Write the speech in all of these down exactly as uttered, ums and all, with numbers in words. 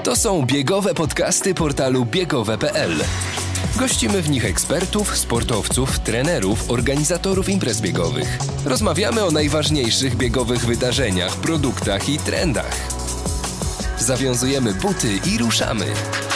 To są biegowe podcasty portalu biegowe kropka pe el. Gościmy w nich ekspertów, sportowców, trenerów, organizatorów imprez biegowych. Rozmawiamy o najważniejszych biegowych wydarzeniach, produktach i trendach. Zawiązujemy buty i ruszamy.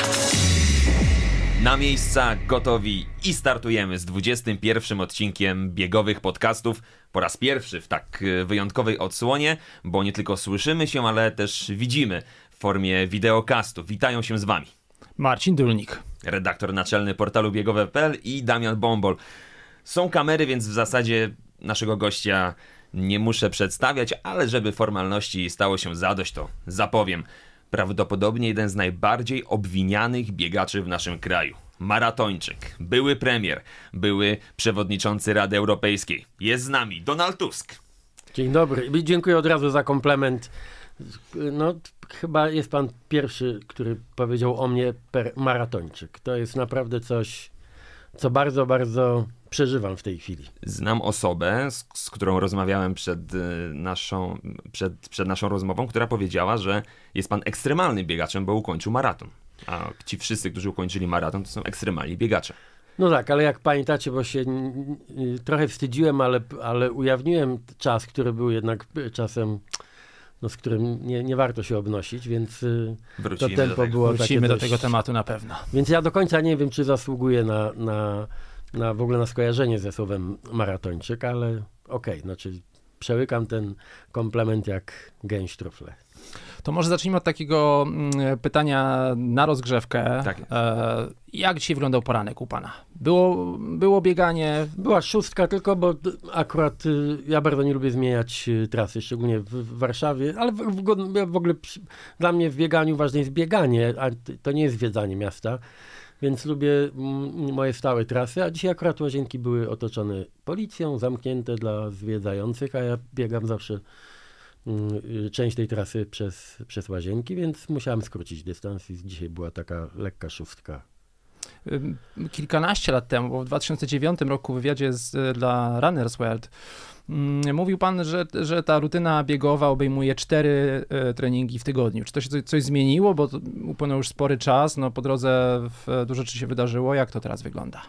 Na miejsca, gotowi i startujemy z dwudziestym pierwszym odcinkiem biegowych podcastów. Po raz pierwszy w tak wyjątkowej odsłonie, bo nie tylko słyszymy się, ale też widzimy w formie wideokastu. Witają się z wami Marcin Dulnik, redaktor naczelny portalu biegowe kropka pe el i Damian Bombol. Są kamery, więc w zasadzie naszego gościa nie muszę przedstawiać, ale żeby formalności stało się zadość, to zapowiem. Prawdopodobnie jeden z najbardziej obwinianych biegaczy w naszym kraju. Maratończyk, były premier, były przewodniczący Rady Europejskiej. Jest z nami Donald Tusk. Dzień dobry. Dziękuję od razu za komplement. No, chyba jest pan pierwszy, który powiedział o mnie per maratończyk. To jest naprawdę coś, co bardzo, bardzo przeżywam w tej chwili. Znam osobę, z, z którą rozmawiałem przed naszą, przed, przed naszą rozmową, która powiedziała, że jest pan ekstremalnym biegaczem, bo ukończył maraton. A ci wszyscy, którzy ukończyli maraton, to są ekstremalni biegacze. No tak, ale jak pamiętacie, bo się trochę wstydziłem, ale, ale ujawniłem czas, który był jednak czasem, no, z którym nie, nie warto się obnosić, więc Wrócimy to tempo do tego. było Wrócimy takie do dość... tego tematu na pewno. Więc ja do końca nie wiem, czy zasługuję na, na, na w ogóle na skojarzenie ze słowem maratończyk, ale okej, okay, znaczy przełykam ten komplement jak gęś trufle. To może zacznijmy od takiego mm, pytania na rozgrzewkę. Tak jest. E, jak dzisiaj wyglądał poranek u pana? Było, było bieganie? Była szóstka tylko, bo akurat y, ja bardzo nie lubię zmieniać y, trasy, szczególnie w, w Warszawie, ale w, w, w ogóle przy, dla mnie w bieganiu ważne jest bieganie, a to nie jest zwiedzanie miasta, więc lubię m, moje stałe trasy, a dzisiaj akurat Łazienki były otoczone policją, zamknięte dla zwiedzających, a ja biegam zawsze y, część tej trasy przez, przez Łazienki, więc musiałem skrócić dystans i dzisiaj była taka lekka szóstka. Kilkanaście lat temu, bo w dwa tysiące dziewiątym roku w wywiadzie z, dla Runner's World mm, mówił pan, że, że ta rutyna biegowa obejmuje cztery e, treningi w tygodniu. Czy to się coś, coś zmieniło, bo to upłynął już spory czas, no po drodze w, dużo rzeczy się wydarzyło. Jak to teraz wygląda?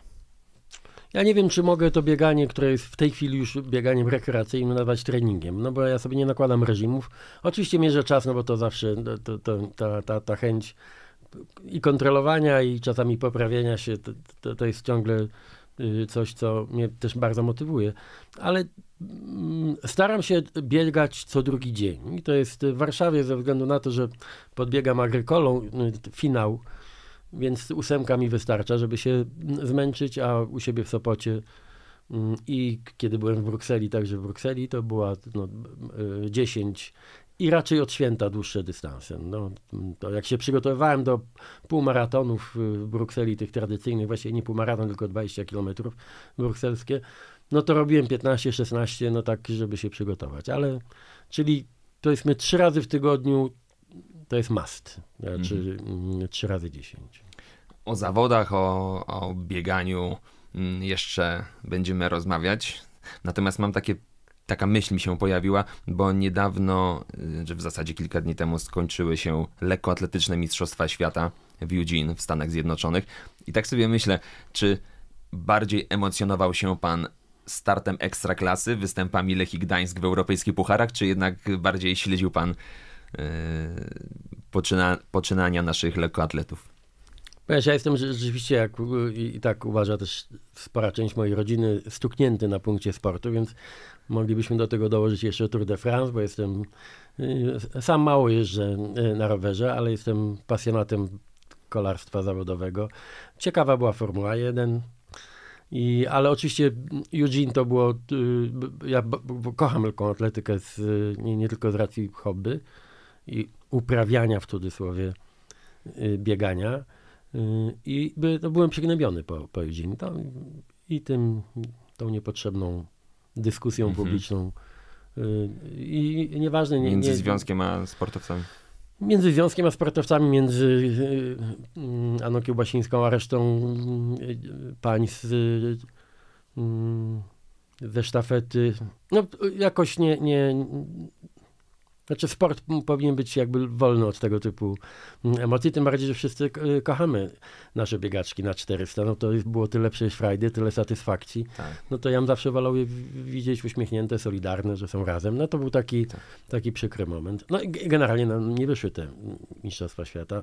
Ja nie wiem, czy mogę to bieganie, które jest w tej chwili już bieganiem rekreacyjnym, nazwać treningiem, no bo ja sobie nie nakładam reżimów. Oczywiście mierzę czas, no bo to zawsze to, to, ta, ta, ta chęć i kontrolowania, i czasami poprawienia się, to, to, to jest ciągle coś, co mnie też bardzo motywuje. Ale mm, staram się biegać co drugi dzień. I to jest w Warszawie ze względu na to, że podbiegam Agrykolą, finał, więc ósemka mi wystarcza, żeby się zmęczyć, a u siebie w Sopocie mm, i kiedy byłem w Brukseli, także w Brukseli, to była no, dziesięć i raczej od święta dłuższe dystanse. No, to jak się przygotowywałem do półmaratonów w Brukseli, tych tradycyjnych, właściwie nie półmaraton, tylko dwadzieścia kilometrów brukselskie, no to robiłem piętnaście szesnaście, no tak, żeby się przygotować. Ale, czyli to jest my trzy razy w tygodniu, to jest must, znaczy mm. trzy razy dziesięć. O zawodach, o, o bieganiu jeszcze będziemy rozmawiać. Natomiast mam takie Taka myśl mi się pojawiła, bo niedawno, że w zasadzie kilka dni temu skończyły się lekkoatletyczne Mistrzostwa Świata w Eugene w Stanach Zjednoczonych. I tak sobie myślę, czy bardziej emocjonował się pan startem ekstraklasy, występami Lechii Gdańsk w europejskich pucharach, czy jednak bardziej śledził pan yy, poczyna, poczynania naszych lekkoatletów? Wiesz, ja jestem rzeczywiście, jak i tak uważa też spora część mojej rodziny, stuknięty na punkcie sportu, więc moglibyśmy do tego dołożyć jeszcze Tour de France, bo jestem, sam mało jeżdżę na rowerze, ale jestem pasjonatem kolarstwa zawodowego. Ciekawa była Formuła jeden, i, ale oczywiście Eugene to było, ja kocham lekką atletykę z, nie, nie tylko z racji hobby i uprawiania w cudzysłowie biegania. I by, to byłem przygnębiony po, po Eugene to, i tym, tą niepotrzebną dyskusją mm-hmm. publiczną. I nieważne... Nie, między nie, związkiem a sportowcami. Między związkiem a sportowcami, między Anną Kiełbasińską a resztą pań z, ze sztafety. No jakoś nie... nie Znaczy sport powinien być jakby wolny od tego typu emocji, tym bardziej, że wszyscy kochamy nasze biegaczki na czterysta. No to było tyle przecież frajdy, tyle satysfakcji. Tak. No to ja bym zawsze wolał je widzieć uśmiechnięte, solidarne, że są razem. No to był taki, tak. taki przykry moment. No i generalnie no, nie wyszły te Mistrzostwa Świata.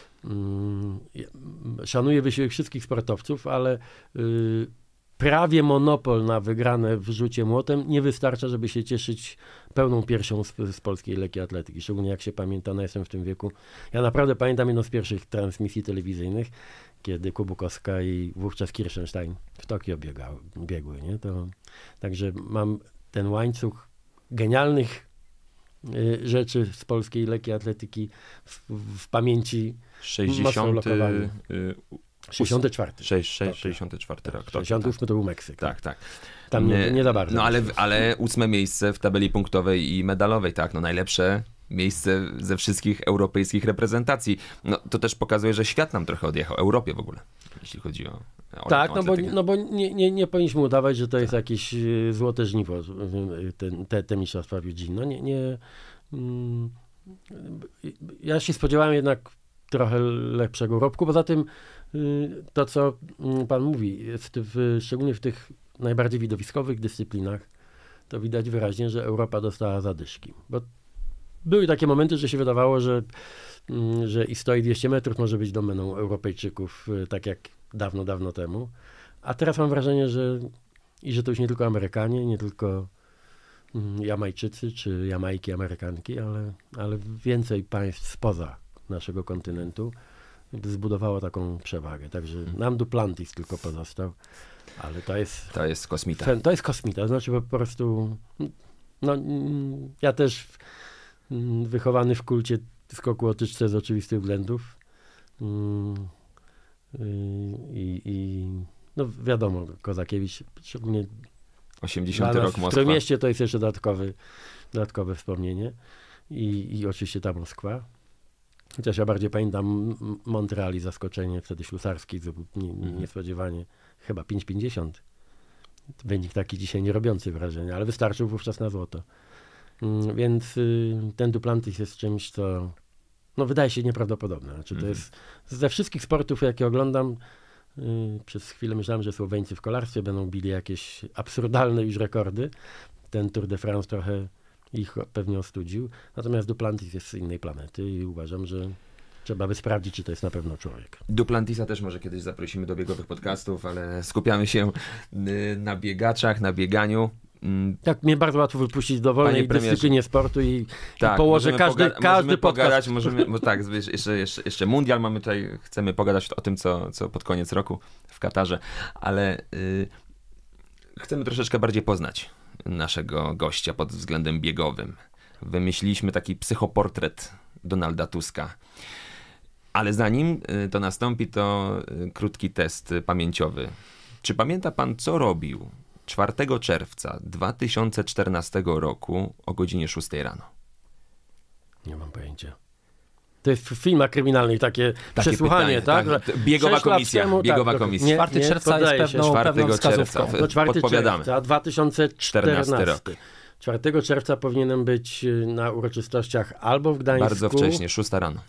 Szanuję wysiłek wszystkich sportowców, ale yy, prawie monopol na wygrane w rzucie młotem nie wystarcza, żeby się cieszyć pełną piersią z, z polskiej lekkiej atletyki. Szczególnie jak się pamięta, no jestem w tym wieku. Ja naprawdę pamiętam jedną z pierwszych transmisji telewizyjnych, kiedy Kubukowska i wówczas Kirchenstein w Tokio biegały, biegły. Nie? To, także mam ten łańcuch genialnych y, rzeczy z polskiej lekkiej atletyki w, w pamięci sześćdziesiąty sześćdziesiąty czwarty. sześćdziesiąty czwarty rok. sześćdziesiąty ósmy to był Meksyk. Tak, tak. Tam nie, nie za bardzo. No ale, ale ósme miejsce w tabeli punktowej i medalowej, tak, no najlepsze miejsce ze wszystkich europejskich reprezentacji. No to też pokazuje, że świat nam trochę odjechał, Europie w ogóle, jeśli chodzi o, o Tak, no bo, no bo nie, nie, nie powinniśmy udawać, że to tak. jest jakieś złote żniwo, ten, te, te mistrzostwa w Eugene. No nie, nie mm, ja się spodziewałem jednak trochę lepszego urobku. Poza tym to, co pan mówi, w, w, szczególnie w tych najbardziej widowiskowych dyscyplinach, to widać wyraźnie, że Europa dostała zadyszki. Bo były takie momenty, że się wydawało, że, że i sto i dwieście metrów może być domeną Europejczyków, tak jak dawno, dawno temu. A teraz mam wrażenie, że i że to już nie tylko Amerykanie, nie tylko Jamajczycy, czy Jamajki, Amerykanki, ale, ale więcej państw spoza naszego kontynentu zbudowało taką przewagę. Także nam Duplantis tylko pozostał, ale to jest... To jest kosmita. To jest kosmita, to znaczy po prostu... No, ja też wychowany w kulcie skoku o tyczce z oczywistych względów i, i no wiadomo, Kozakiewicz, szczególnie osiemdziesiąty rok Moskwa. W Trójmieście to jest jeszcze dodatkowy, dodatkowe wspomnienie i, i oczywiście ta Moskwa. Chociaż ja bardziej pamiętam Montreal i zaskoczenie wtedy ślusarski, nie, niespodziewanie, chyba pięć pięćdziesiąt. Wynik taki dzisiaj nie robiący wrażenia, ale wystarczył wówczas na złoto. Więc y, ten Duplantis jest czymś, co no, wydaje się nieprawdopodobne. Znaczy, to jest ze wszystkich sportów, jakie oglądam, y, przez chwilę myślałem, że Słoweńcy w kolarstwie będą bili jakieś absurdalne już rekordy. Ten Tour de France trochę ich pewnie ostudził. Natomiast Duplantis jest z innej planety i uważam, że trzeba by sprawdzić, czy to jest na pewno człowiek. Duplantisa też może kiedyś zaprosimy do biegowych podcastów, ale skupiamy się na biegaczach, na bieganiu. Tak, mnie bardzo łatwo wypuścić w dowolnej dyscyplinie sportu i, tak, i położę każdy, poga- każdy podcast. Pogadać, możemy, bo tak, jeszcze, jeszcze, jeszcze mundial mamy tutaj, chcemy pogadać o tym, co, co pod koniec roku w Katarze, ale y, chcemy troszeczkę bardziej poznać naszego gościa pod względem biegowym. Wymyśliliśmy taki psychoportret Donalda Tuska. Ale zanim to nastąpi, to krótki test pamięciowy. Czy pamięta pan, co robił czwartego czerwca dwa tysiące czternastego roku o godzinie szóstej rano? Nie mam pojęcia. To jest w filmach kryminalnych takie, takie przesłuchanie, pytanie, tak? tak? Biegowa komisja. Temu, biegowa tak, komisja. czwartego czerwca jest pewną, pewną wskazówką. czerwca, czwartego podpowiadamy. czerwca dwa tysiące czternasty rok. czwartego czerwca powinienem być na uroczystościach albo w Gdańsku. Bardzo wcześnie, szósta rano.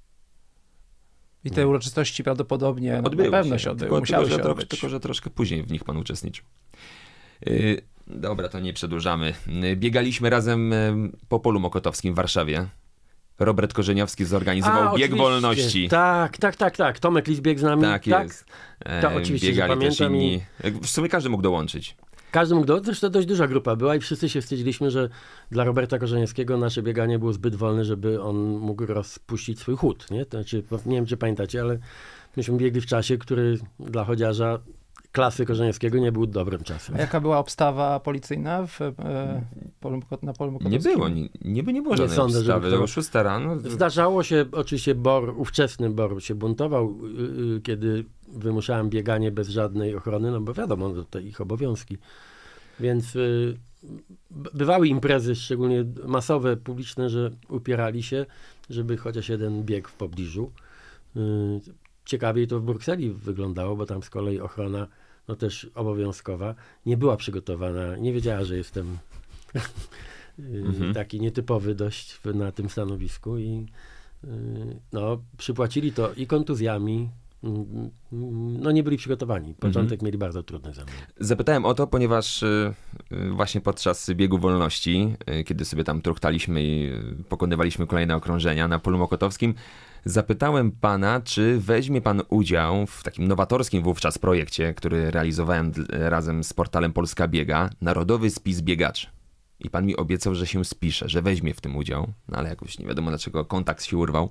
I te uroczystości prawdopodobnie odbyły na pewno się, się odbyły. Tylko, Musiały tylko, się że odbyć. Tylko, że troszkę później w nich pan uczestniczył. Yy, dobra, to nie przedłużamy. Yy, biegaliśmy razem yy, po Polu Mokotowskim w Warszawie. Robert Korzeniowski zorganizował A, bieg oczywiście. wolności. Tak, tak, tak, tak. Tomek Lis biegł z nami. Tak, tak jest. To oczywiście, biegali że też pamiętam. inni. W sumie każdy mógł dołączyć. Każdy mógł dołączyć, zresztą dość duża grupa była i wszyscy się wstydziliśmy, że dla Roberta Korzeniowskiego nasze bieganie było zbyt wolne, żeby on mógł rozpuścić swój chód. Nie, to znaczy, nie wiem, czy pamiętacie, ale myśmy biegli w czasie, który dla chodziarza klasy Korzeniowskiego nie był dobrym czasem. A jaka była obstawa policyjna w, e, polu, na Polu Mokotowskim? Nie było, nie, nie, nie było żadnej sądzę, obstawy. żeby to- To szósta rano. Zdarzało się, oczywiście Bor, ówczesny Bor się buntował, yy, kiedy wymuszałem bieganie bez żadnej ochrony, no bo wiadomo, to ich obowiązki. Więc yy, b- bywały imprezy, szczególnie masowe, publiczne, że upierali się, żeby chociaż jeden bieg w pobliżu. Yy, ciekawiej to w Brukseli wyglądało, bo tam z kolei ochrona, no też obowiązkowa, nie była przygotowana, nie wiedziała, że jestem Mhm. taki nietypowy dość w- na tym stanowisku i y, no, przypłacili to i kontuzjami, mm, mm, no nie byli przygotowani. Początek Mhm. mieli bardzo trudny ze mną. Zapytałem o to, ponieważ y, y, właśnie podczas biegu wolności, y, kiedy sobie tam truchtaliśmy i y, pokonywaliśmy kolejne okrążenia na polu mokotowskim, zapytałem pana, czy weźmie pan udział w takim nowatorskim wówczas projekcie, który realizowałem dl- razem z portalem Polska Biega, Narodowy Spis Biegaczy. I pan mi obiecał, że się spisze, że weźmie w tym udział, no ale jakoś nie wiadomo dlaczego kontakt się urwał.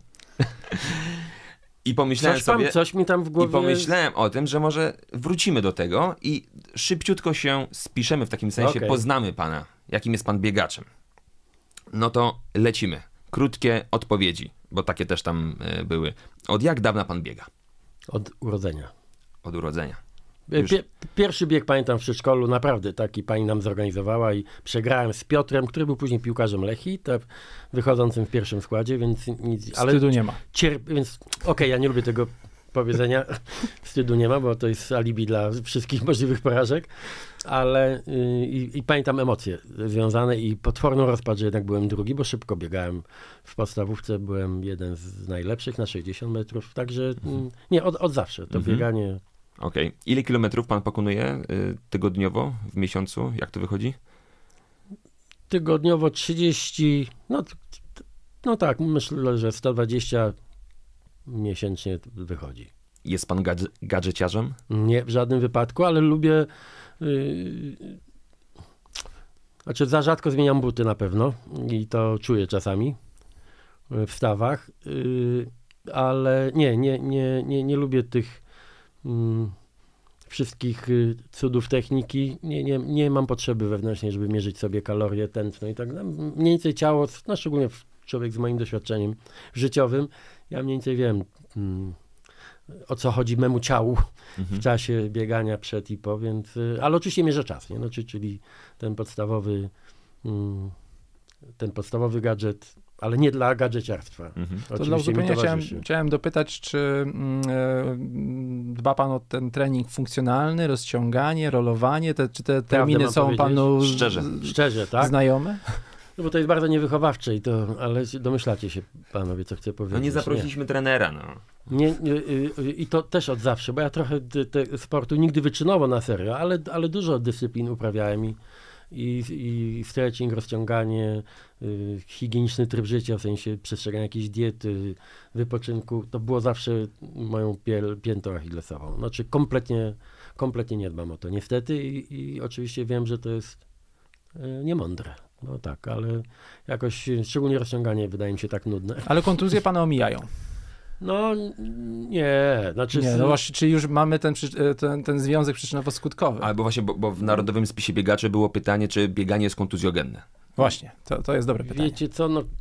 I pomyślałem Coś, pan, sobie... coś mi tam w I głowie... pomyślałem o tym, że może wrócimy do tego i szybciutko się spiszemy w takim sensie, Okej. poznamy pana, jakim jest pan biegaczem. No to lecimy. Krótkie odpowiedzi, bo takie też tam e, były. Od jak dawna pan biega? Od urodzenia. Od urodzenia. Pie- Już- Pierwszy bieg pamiętam w przedszkolu, naprawdę taki pani nam zorganizowała i przegrałem z Piotrem, który był później piłkarzem Lechii, te, wychodzącym w pierwszym składzie, więc nic, ale Wstydu nie ma. cierp, więc okej, ja nie lubię tego powiedzenia, wstydu nie ma, bo to jest alibi dla wszystkich możliwych porażek, ale yy, i, i pamiętam emocje związane i potworną rozpacz, że jednak byłem drugi, bo szybko biegałem w podstawówce, byłem jeden z najlepszych na sześćdziesiąt metrów, także mm, nie, od, od zawsze to Mhm. bieganie. Okej. Ile kilometrów pan pokonuje y, tygodniowo, w miesiącu? Jak to wychodzi? Tygodniowo trzydzieści, no, t- t- no tak, myślę, że sto dwadzieścia miesięcznie wychodzi. Jest pan gadż- gadżeciarzem? Nie w żadnym wypadku, ale lubię, yy, znaczy za rzadko zmieniam buty na pewno i to czuję czasami yy, w stawach, yy, ale nie, nie, nie, nie, nie lubię tych mm, wszystkich y, cudów techniki. Nie, nie, nie mam potrzeby wewnętrznej, żeby mierzyć sobie kalorie, tętno i tak dalej. Mniej więcej ciało, no szczególnie w- człowiek z moim doświadczeniem życiowym, ja mniej więcej wiem, mm, o co chodzi memu ciału w czasie biegania przed i po, więc, y, ale oczywiście mierzę czas, nie? No, czy- czyli ten podstawowy, mm, ten podstawowy gadżet, ale nie dla gadżeciarstwa. Mhm. To dla Oczywiście mi uzupełnienia chciałem, towarzyszy. chciałem dopytać, czy mm, e, dba pan o ten trening funkcjonalny, rozciąganie, rolowanie, te, czy te terminy mam są powiedzieć? panu Szczerze. Szczerze, tak? znajome? No bo to jest bardzo niewychowawcze i to, ale domyślacie się panowie, co chcę No powiedzieć. nie zaprosiliśmy trenera, no. Nie, nie, y, y, I to też od zawsze, bo ja trochę te, te sportu nigdy wyczynowo na serio, ale, ale dużo dyscyplin uprawiałem i, i, i stretching, rozciąganie, y, higieniczny tryb życia, w sensie przestrzegania jakiejś diety, wypoczynku, to było zawsze moją piel, piętą achillesową. Znaczy kompletnie, kompletnie nie dbam o to niestety i, i oczywiście wiem, że to jest y, niemądre. No tak, ale jakoś y, szczególnie rozciąganie wydaje mi się tak nudne. Ale kontuzje pana omijają. No nie, znaczy... Nie, no właśnie, czyli już mamy ten, przy- ten, ten związek przyczynowo-skutkowy. Albo właśnie, bo, bo w Narodowym Spisie Biegaczy było pytanie, czy bieganie jest kontuzjogenne. Właśnie, to, to jest dobre pytanie. Wiecie co, no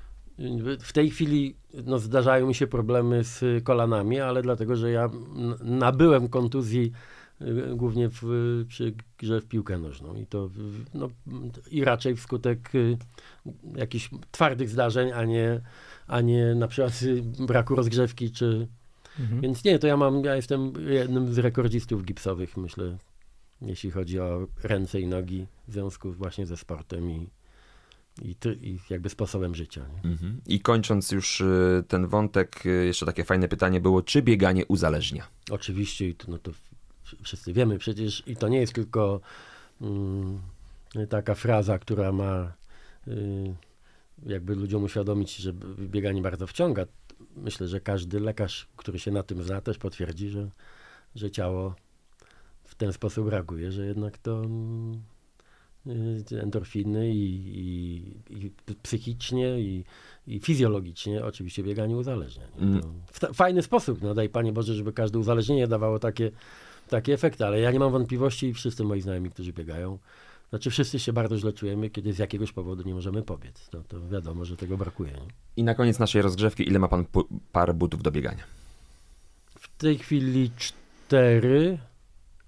w tej chwili no, zdarzają mi się problemy z kolanami, ale dlatego, że ja n- nabyłem kontuzji y, głównie w, przy grze w piłkę nożną i to w- no, i raczej wskutek y, jakichś twardych zdarzeń, a nie, a nie na przykład y, braku rozgrzewki czy... Mhm. Więc nie, to ja mam, ja jestem jednym z rekordzistów gipsowych, myślę, jeśli chodzi o ręce i nogi w związku właśnie ze sportem i, i, ty, i jakby sposobem życia. Nie? Mhm. I kończąc już y, ten wątek, y, jeszcze takie fajne pytanie było, czy bieganie uzależnia? Oczywiście, i to, no to w- wszyscy wiemy przecież, i to nie jest tylko mm, taka fraza, która ma y, jakby ludziom uświadomić, że b- bieganie bardzo wciąga. Myślę, że każdy lekarz, który się na tym zna, też potwierdzi, że, że ciało w ten sposób reaguje, że jednak to mm, y, endorfiny i, i, i psychicznie i, i fizjologicznie oczywiście bieganie uzależnia. Nie? Mm. To w ta, fajny sposób, no daj Panie Boże, żeby każde uzależnienie dawało takie, takie efekty, ale ja nie mam wątpliwości i wszyscy moi znajomi, którzy biegają, znaczy wszyscy się bardzo źle czujemy, kiedy z jakiegoś powodu nie możemy pobiec. No to wiadomo, że tego brakuje. Nie? I na koniec naszej rozgrzewki, ile ma pan pu- par butów do biegania? W tej chwili cztery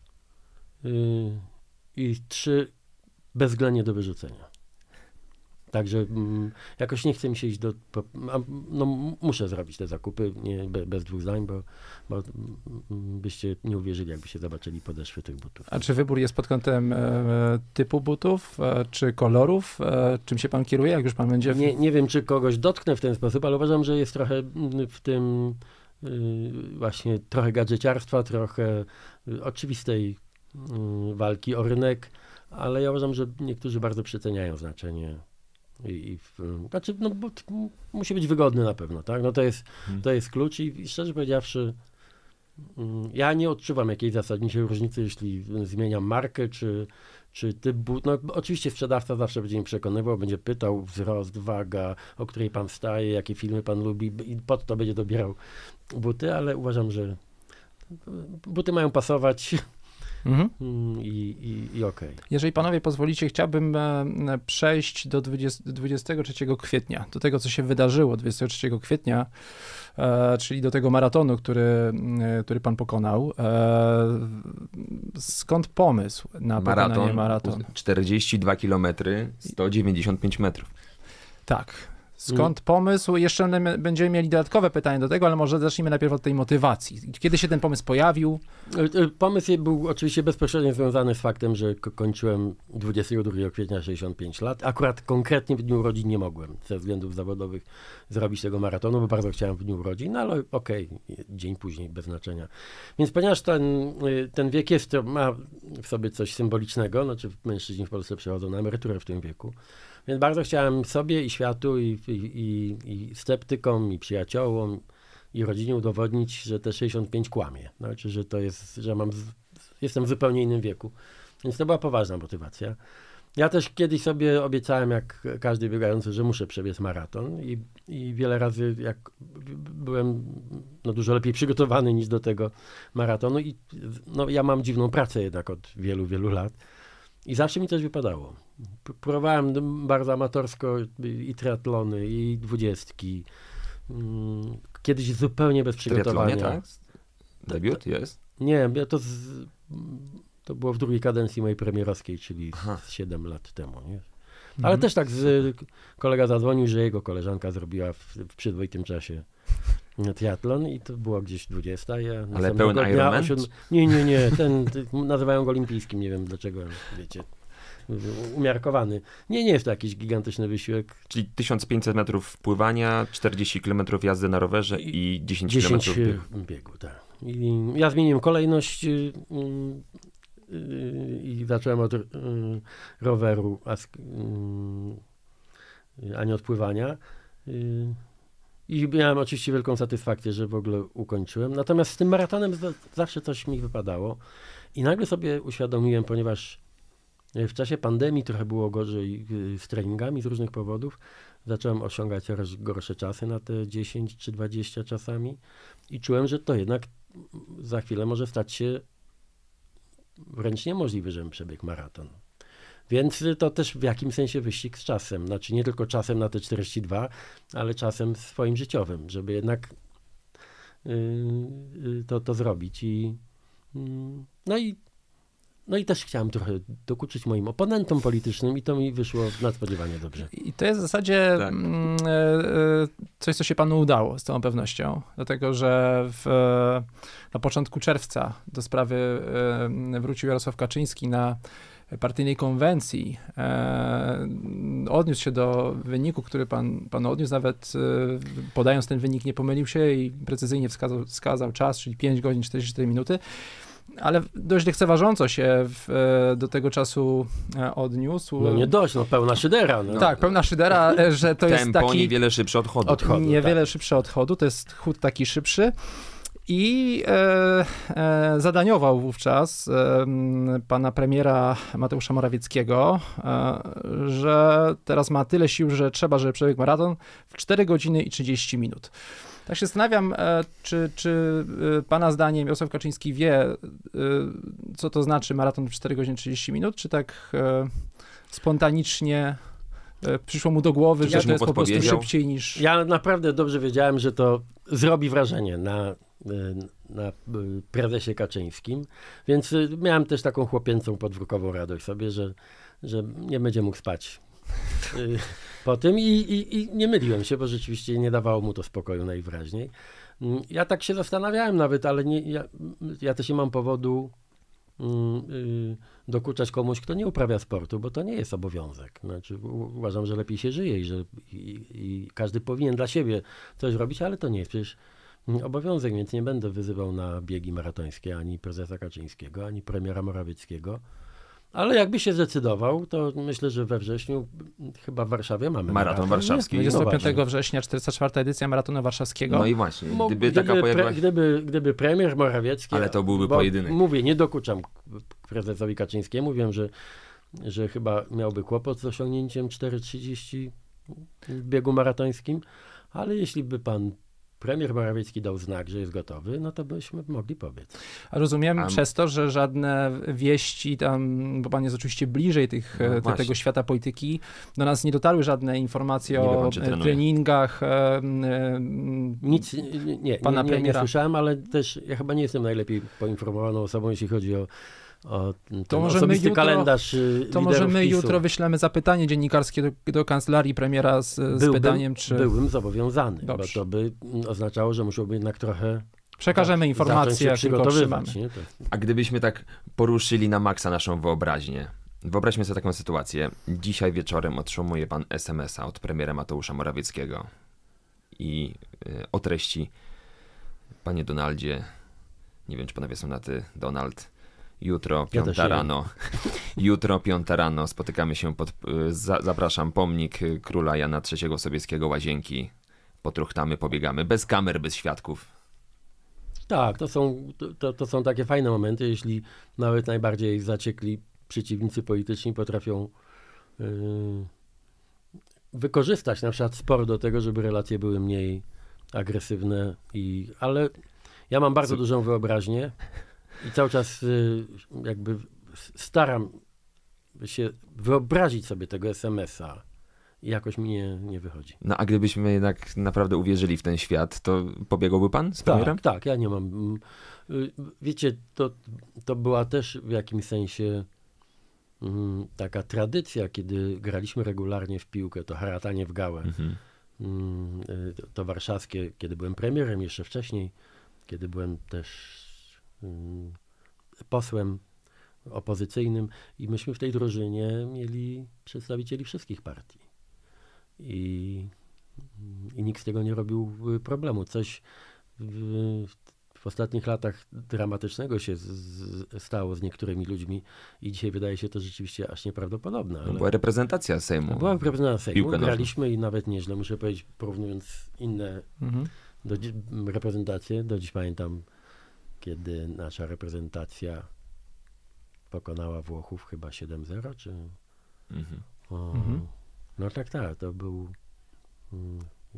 yy, i trzy bezwzględnie do wyrzucenia. Także mm, jakoś nie chce mi się iść do... Po, a, no muszę zrobić te zakupy, nie, be, bez dwóch zdań, bo, bo mm, byście nie uwierzyli, jakbyście zobaczyli podeszwy tych butów. A czy wybór jest pod kątem e, typu butów, e, czy kolorów? E, czym się pan kieruje, jak już pan będzie... W... Nie, nie wiem, czy kogoś dotknę w ten sposób, ale uważam, że jest trochę w tym y, właśnie trochę gadżeciarstwa, trochę y, oczywistej y, walki o rynek, ale ja uważam, że niektórzy bardzo przeceniają znaczenie. I, i w, znaczy, no, but musi być wygodny na pewno, tak? No to jest, hmm. to jest klucz i, i szczerze powiedziawszy, ja nie odczuwam jakiejś zasadniczej różnicy, jeśli zmieniam markę, czy, czy typ but. No oczywiście sprzedawca zawsze będzie mi przekonywał, będzie pytał wzrost, waga, o której pan wstaje, jakie filmy pan lubi i pod to będzie dobierał buty, ale uważam, że buty mają pasować. Mhm. I, i, i okej. Okay. Jeżeli panowie pozwolicie, chciałbym przejść do dwudziestego trzeciego kwietnia, do tego, co się wydarzyło dwudziestego trzeciego kwietnia, e, czyli do tego maratonu, który, który pan pokonał. E, skąd pomysł na maraton, pokonanie maratonu? czterdzieści dwa kilometry, sto dziewięćdziesiąt pięć metrów. Tak. Skąd pomysł? Jeszcze będziemy mieli dodatkowe pytanie do tego, ale może zacznijmy najpierw od tej motywacji. Kiedy się ten pomysł pojawił? Pomysł był oczywiście bezpośrednio związany z faktem, że kończyłem dwudziestego drugiego kwietnia sześćdziesiąt pięć lat. Akurat konkretnie w dniu urodzin nie mogłem ze względów zawodowych zrobić tego maratonu, bo bardzo chciałem w dniu urodzin, no ale okej, okay, dzień później, bez znaczenia. Więc ponieważ ten, ten wiek jest, to ma w sobie coś symbolicznego, znaczy mężczyźni w Polsce przechodzą na emeryturę w tym wieku, więc bardzo chciałem sobie i światu, i, i, i, i sceptykom, i przyjaciołom, i rodzinie udowodnić, że te sześćdziesiąt pięć kłamie. Znaczy, że to jest, że mam, jestem w zupełnie innym wieku. Więc to była poważna motywacja. Ja też kiedyś sobie obiecałem, jak każdy biegający, że muszę przebiec maraton i, i wiele razy jak byłem no, dużo lepiej przygotowany niż do tego maratonu i no, ja mam dziwną pracę jednak od wielu, wielu lat. I zawsze mi coś wypadało. Próbowałem bardzo amatorsko i triatlony, i dwudziestki. Kiedyś zupełnie bez przygotowania. Triatlonie, tak? Debiut jest? Nie, to, z, to było w drugiej kadencji mojej premierowskiej, czyli Aha. siedem lat temu. Nie? Ale mhm. też tak z, kolega zadzwonił, że jego koleżanka zrobiła w, w przyzwoitym czasie triatlon i to było gdzieś dwudziesta. Ja Ale pełen Ironman? Osiem... Nie, nie, nie. Ten, ten, nazywają go olimpijskim, nie wiem dlaczego, wiecie, umiarkowany. Nie, nie jest to jakiś gigantyczny wysiłek. Czyli tysiąc pięćset metrów pływania, czterdzieści kilometrów jazdy na rowerze i dziesięć kilometrów biegu. biegu tak. I ja zmieniłem kolejność yy, yy, i zacząłem od yy, roweru, a, yy, a nie od pływania. Yy. I miałem oczywiście wielką satysfakcję, że w ogóle ukończyłem. Natomiast z tym maratonem z- zawsze coś mi wypadało. I nagle sobie uświadomiłem, ponieważ w czasie pandemii trochę było gorzej z treningami z różnych powodów. Zacząłem osiągać coraz gorsze czasy na te dziesięć czy dwadzieścia czasami. I czułem, że to jednak za chwilę może stać się wręcz niemożliwe, żebym przebiegł maraton. Więc to też w jakimś sensie wyścig z czasem. Znaczy nie tylko czasem na te czterdzieści dwa, ale czasem swoim życiowym, żeby jednak yy, yy, to, to zrobić. I, yy, no, i, no i też chciałem trochę dokuczyć moim oponentom politycznym i to mi wyszło nadspodziewanie dobrze. I to jest w zasadzie tak. yy, coś, co się panu udało z całą pewnością. Dlatego, że w, na początku czerwca do sprawy yy, wrócił Jarosław Kaczyński na partyjnej konwencji, e, odniósł się do wyniku, który pan, pan odniósł, nawet e, podając ten wynik nie pomylił się i precyzyjnie wskazał, wskazał czas, czyli pięć godzin czterdzieści cztery minuty, ale dość lekceważąco się w, e, do tego czasu e, odniósł. No nie dość, no pełna szydera. No. Tak, pełna szydera, e, że to Tempo jest taki... niewiele szybsze od chodu. Od chodu niewiele tak. szybsze od chodu, to jest chód taki szybszy. I e, e, zadaniował wówczas e, pana premiera Mateusza Morawieckiego, e, że teraz ma tyle sił, że trzeba, żeby przebiegł maraton w cztery godziny i trzydzieści minut. Tak się zastanawiam, e, czy, czy pana zdaniem Jarosław Kaczyński wie, e, co to znaczy maraton w cztery godziny trzydzieści minut, czy tak e, spontanicznie e, przyszło mu do głowy, że to jest po prostu szybciej niż... Ja naprawdę dobrze wiedziałem, że to zrobi wrażenie na na prezesie Kaczyńskim, więc miałem też taką chłopięcą, podwórkową radość sobie, że, że nie będzie mógł spać po tym i, i, i nie myliłem się, bo rzeczywiście nie dawało mu to spokoju najwyraźniej. Ja tak się zastanawiałem nawet, ale nie, ja, ja też nie mam powodu yy, dokuczać komuś, kto nie uprawia sportu, bo to nie jest obowiązek. Znaczy, u, uważam, że lepiej się żyje i że i, i każdy powinien dla siebie coś robić, ale to nie jest przecież obowiązek, więc nie będę wyzywał na biegi maratońskie ani prezesa Kaczyńskiego, ani premiera Morawieckiego. Ale jakby się zdecydował, to myślę, że we wrześniu chyba w Warszawie mamy Maraton maraton warszawski. dwudziestego piątego No września, czterdziesta czwarta edycja Maratonu Warszawskiego. No i właśnie, Mo- gdyby taka pojawiła pre, się... gdyby, gdyby premier Morawiecki... Ale to byłby bo pojedynek. Mówię, nie dokuczam prezesowi Kaczyńskiemu. Wiem, że, że chyba miałby kłopot z osiągnięciem cztery trzydzieści w biegu maratońskim, ale jeśli by pan premier Morawiecki dał znak, że jest gotowy, no to byśmy mogli pobiec. A rozumiem A- przez to, że żadne wieści tam, bo pan jest oczywiście bliżej tych, No te, właśnie. tego świata polityki, do nas nie dotarły żadne informacje Nie wie pan, o czy e, trenuje. treningach. E, e, Nic, nie, nie, nie, Pana nie, nie, nie premiera. słyszałem, ale też ja chyba nie jestem najlepiej poinformowaną osobą, jeśli chodzi o, o ten To może my osobisty jutro- kalendarz y, To może liderów my PiSu. jutro wyślemy zapytanie dziennikarskie do, do kancelarii premiera z, z Byłbym- pytaniem, czy Byłbym zobowiązany, Dobrze. bo to by oznaczało, że musiałby jednak trochę przekażemy zacząć informacje, się jak tylko otrzymamy. przygotowywać. Nie? To, A gdybyśmy tak poruszyli na maksa naszą wyobraźnię. Wyobraźmy sobie taką sytuację. Dzisiaj wieczorem otrzymuje pan es em es a od premiera Mateusza Morawieckiego i y, o treści: panie Donaldzie, nie wiem, czy panowie są na ty, Donald, jutro Ja też piąta nie. rano, jutro piąta rano spotykamy się pod, y, za, zapraszam, pomnik y, króla Jana trzeciego Sobieskiego, Łazienki, potruchtamy, pobiegamy, bez kamer, bez świadków. tak, to są, to, to są takie fajne momenty, jeśli nawet najbardziej zaciekli przeciwnicy polityczni potrafią yy, wykorzystać na przykład sport do tego, żeby relacje były mniej agresywne. I, ale ja mam bardzo Co- dużą wyobraźnię i cały czas y, jakby staram się wyobrazić sobie tego es em es a i jakoś mi nie, nie wychodzi. No a gdybyśmy jednak naprawdę uwierzyli w ten świat, to pobiegłby pan z premierem? Tak, tak, ja nie mam. mm, y, Wiecie, to, to była też w jakimś sensie mm, taka tradycja, kiedy graliśmy regularnie w piłkę, to haratanie w gałę. Mhm. Mm, y, to- To warszawskie, kiedy byłem premierem, jeszcze wcześniej, kiedy byłem też mm, posłem opozycyjnym i myśmy w tej drużynie mieli przedstawicieli wszystkich partii. I, i nikt z tego nie robił y, problemu. Coś w, w ostatnich latach dramatycznego się z, z, stało z niektórymi ludźmi i dzisiaj wydaje się to rzeczywiście aż nieprawdopodobne. No, Ale była reprezentacja Sejmu. była reprezentacja Sejmu, Piłkę nożną. graliśmy i nawet nieźle, muszę powiedzieć, porównując inne Mhm. do, dzi- reprezentacje. Do dziś pamiętam, kiedy nasza reprezentacja pokonała Włochów chyba siedem zero, czy... Mhm. O, Mhm. No tak, tak, to był... mm,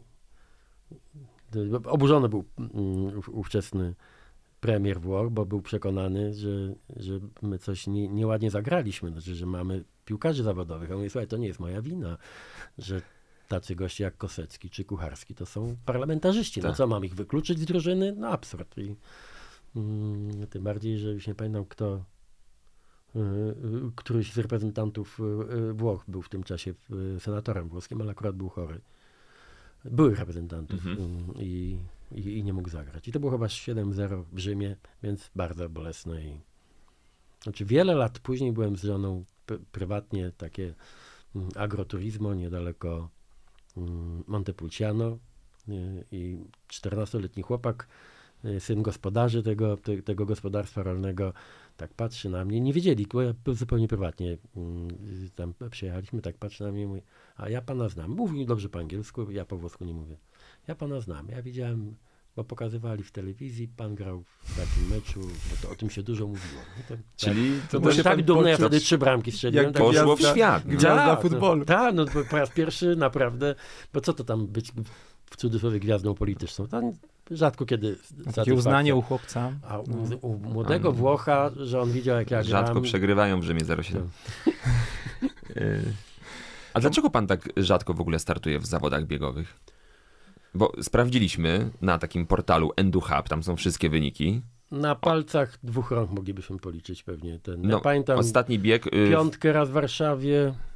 to- Oburzony był mm, ów- ówczesny premier Włoch, bo był przekonany, że, że my coś nie, nieładnie zagraliśmy, znaczy, że mamy piłkarzy zawodowych. A on mówi, słuchaj, to nie jest moja wina, że tacy goście jak Kosecki czy Kucharski to są parlamentarzyści. No Tak. co, mam ich wykluczyć z drużyny? No absurd. I, mm, tym bardziej, że już nie pamiętam kto, y, y, któryś z reprezentantów y, y, Włoch był w tym czasie y, senatorem włoskim, ale akurat był chory. Byłych reprezentantów Mhm. y, i, i, i nie mógł zagrać. I to było chyba siedem zero w Rzymie, więc bardzo bolesne. I, znaczy wiele lat później byłem z żoną p- prywatnie takie mm, agroturismo niedaleko mm, Montepulciano y, i czternastoletni chłopak, y, syn gospodarzy tego, te, tego gospodarstwa rolnego, tak patrzy na mnie, nie wiedzieli, bo ja był zupełnie prywatnie, mm, tam przyjechaliśmy, tak patrzy na mnie i mówi, a ja pana znam. Mówił dobrze po angielsku, ja po włosku nie mówię. Ja pana znam, ja widziałem, bo pokazywali w telewizji, pan grał w takim meczu, bo to o tym się dużo mówiło. No to, Czyli to to byłem się tak pan dumny, ja poczuł- wtedy trzy bramki strzeliłem. jak tak, poszło w gwiazda- świat. No. gwiazda tak, futbolu. No, tak, no po raz pierwszy naprawdę, bo co to tam być w cudzysłowie gwiazdą polityczną? To rzadko kiedy Takie satysfakcja. uznanie u chłopca. A u, No. u młodego A, Włocha, że on widział jak ja Rzadko gram. przegrywają w Rzymie zero siedem. Y, A dlaczego pan tak rzadko w ogóle startuje w zawodach biegowych? Bo sprawdziliśmy na takim portalu EnduHub, tam są wszystkie wyniki. Na palcach dwóch rąk moglibyśmy policzyć pewnie ten. No, Ja pamiętam Ostatni bieg y, piątkę raz w Warszawie,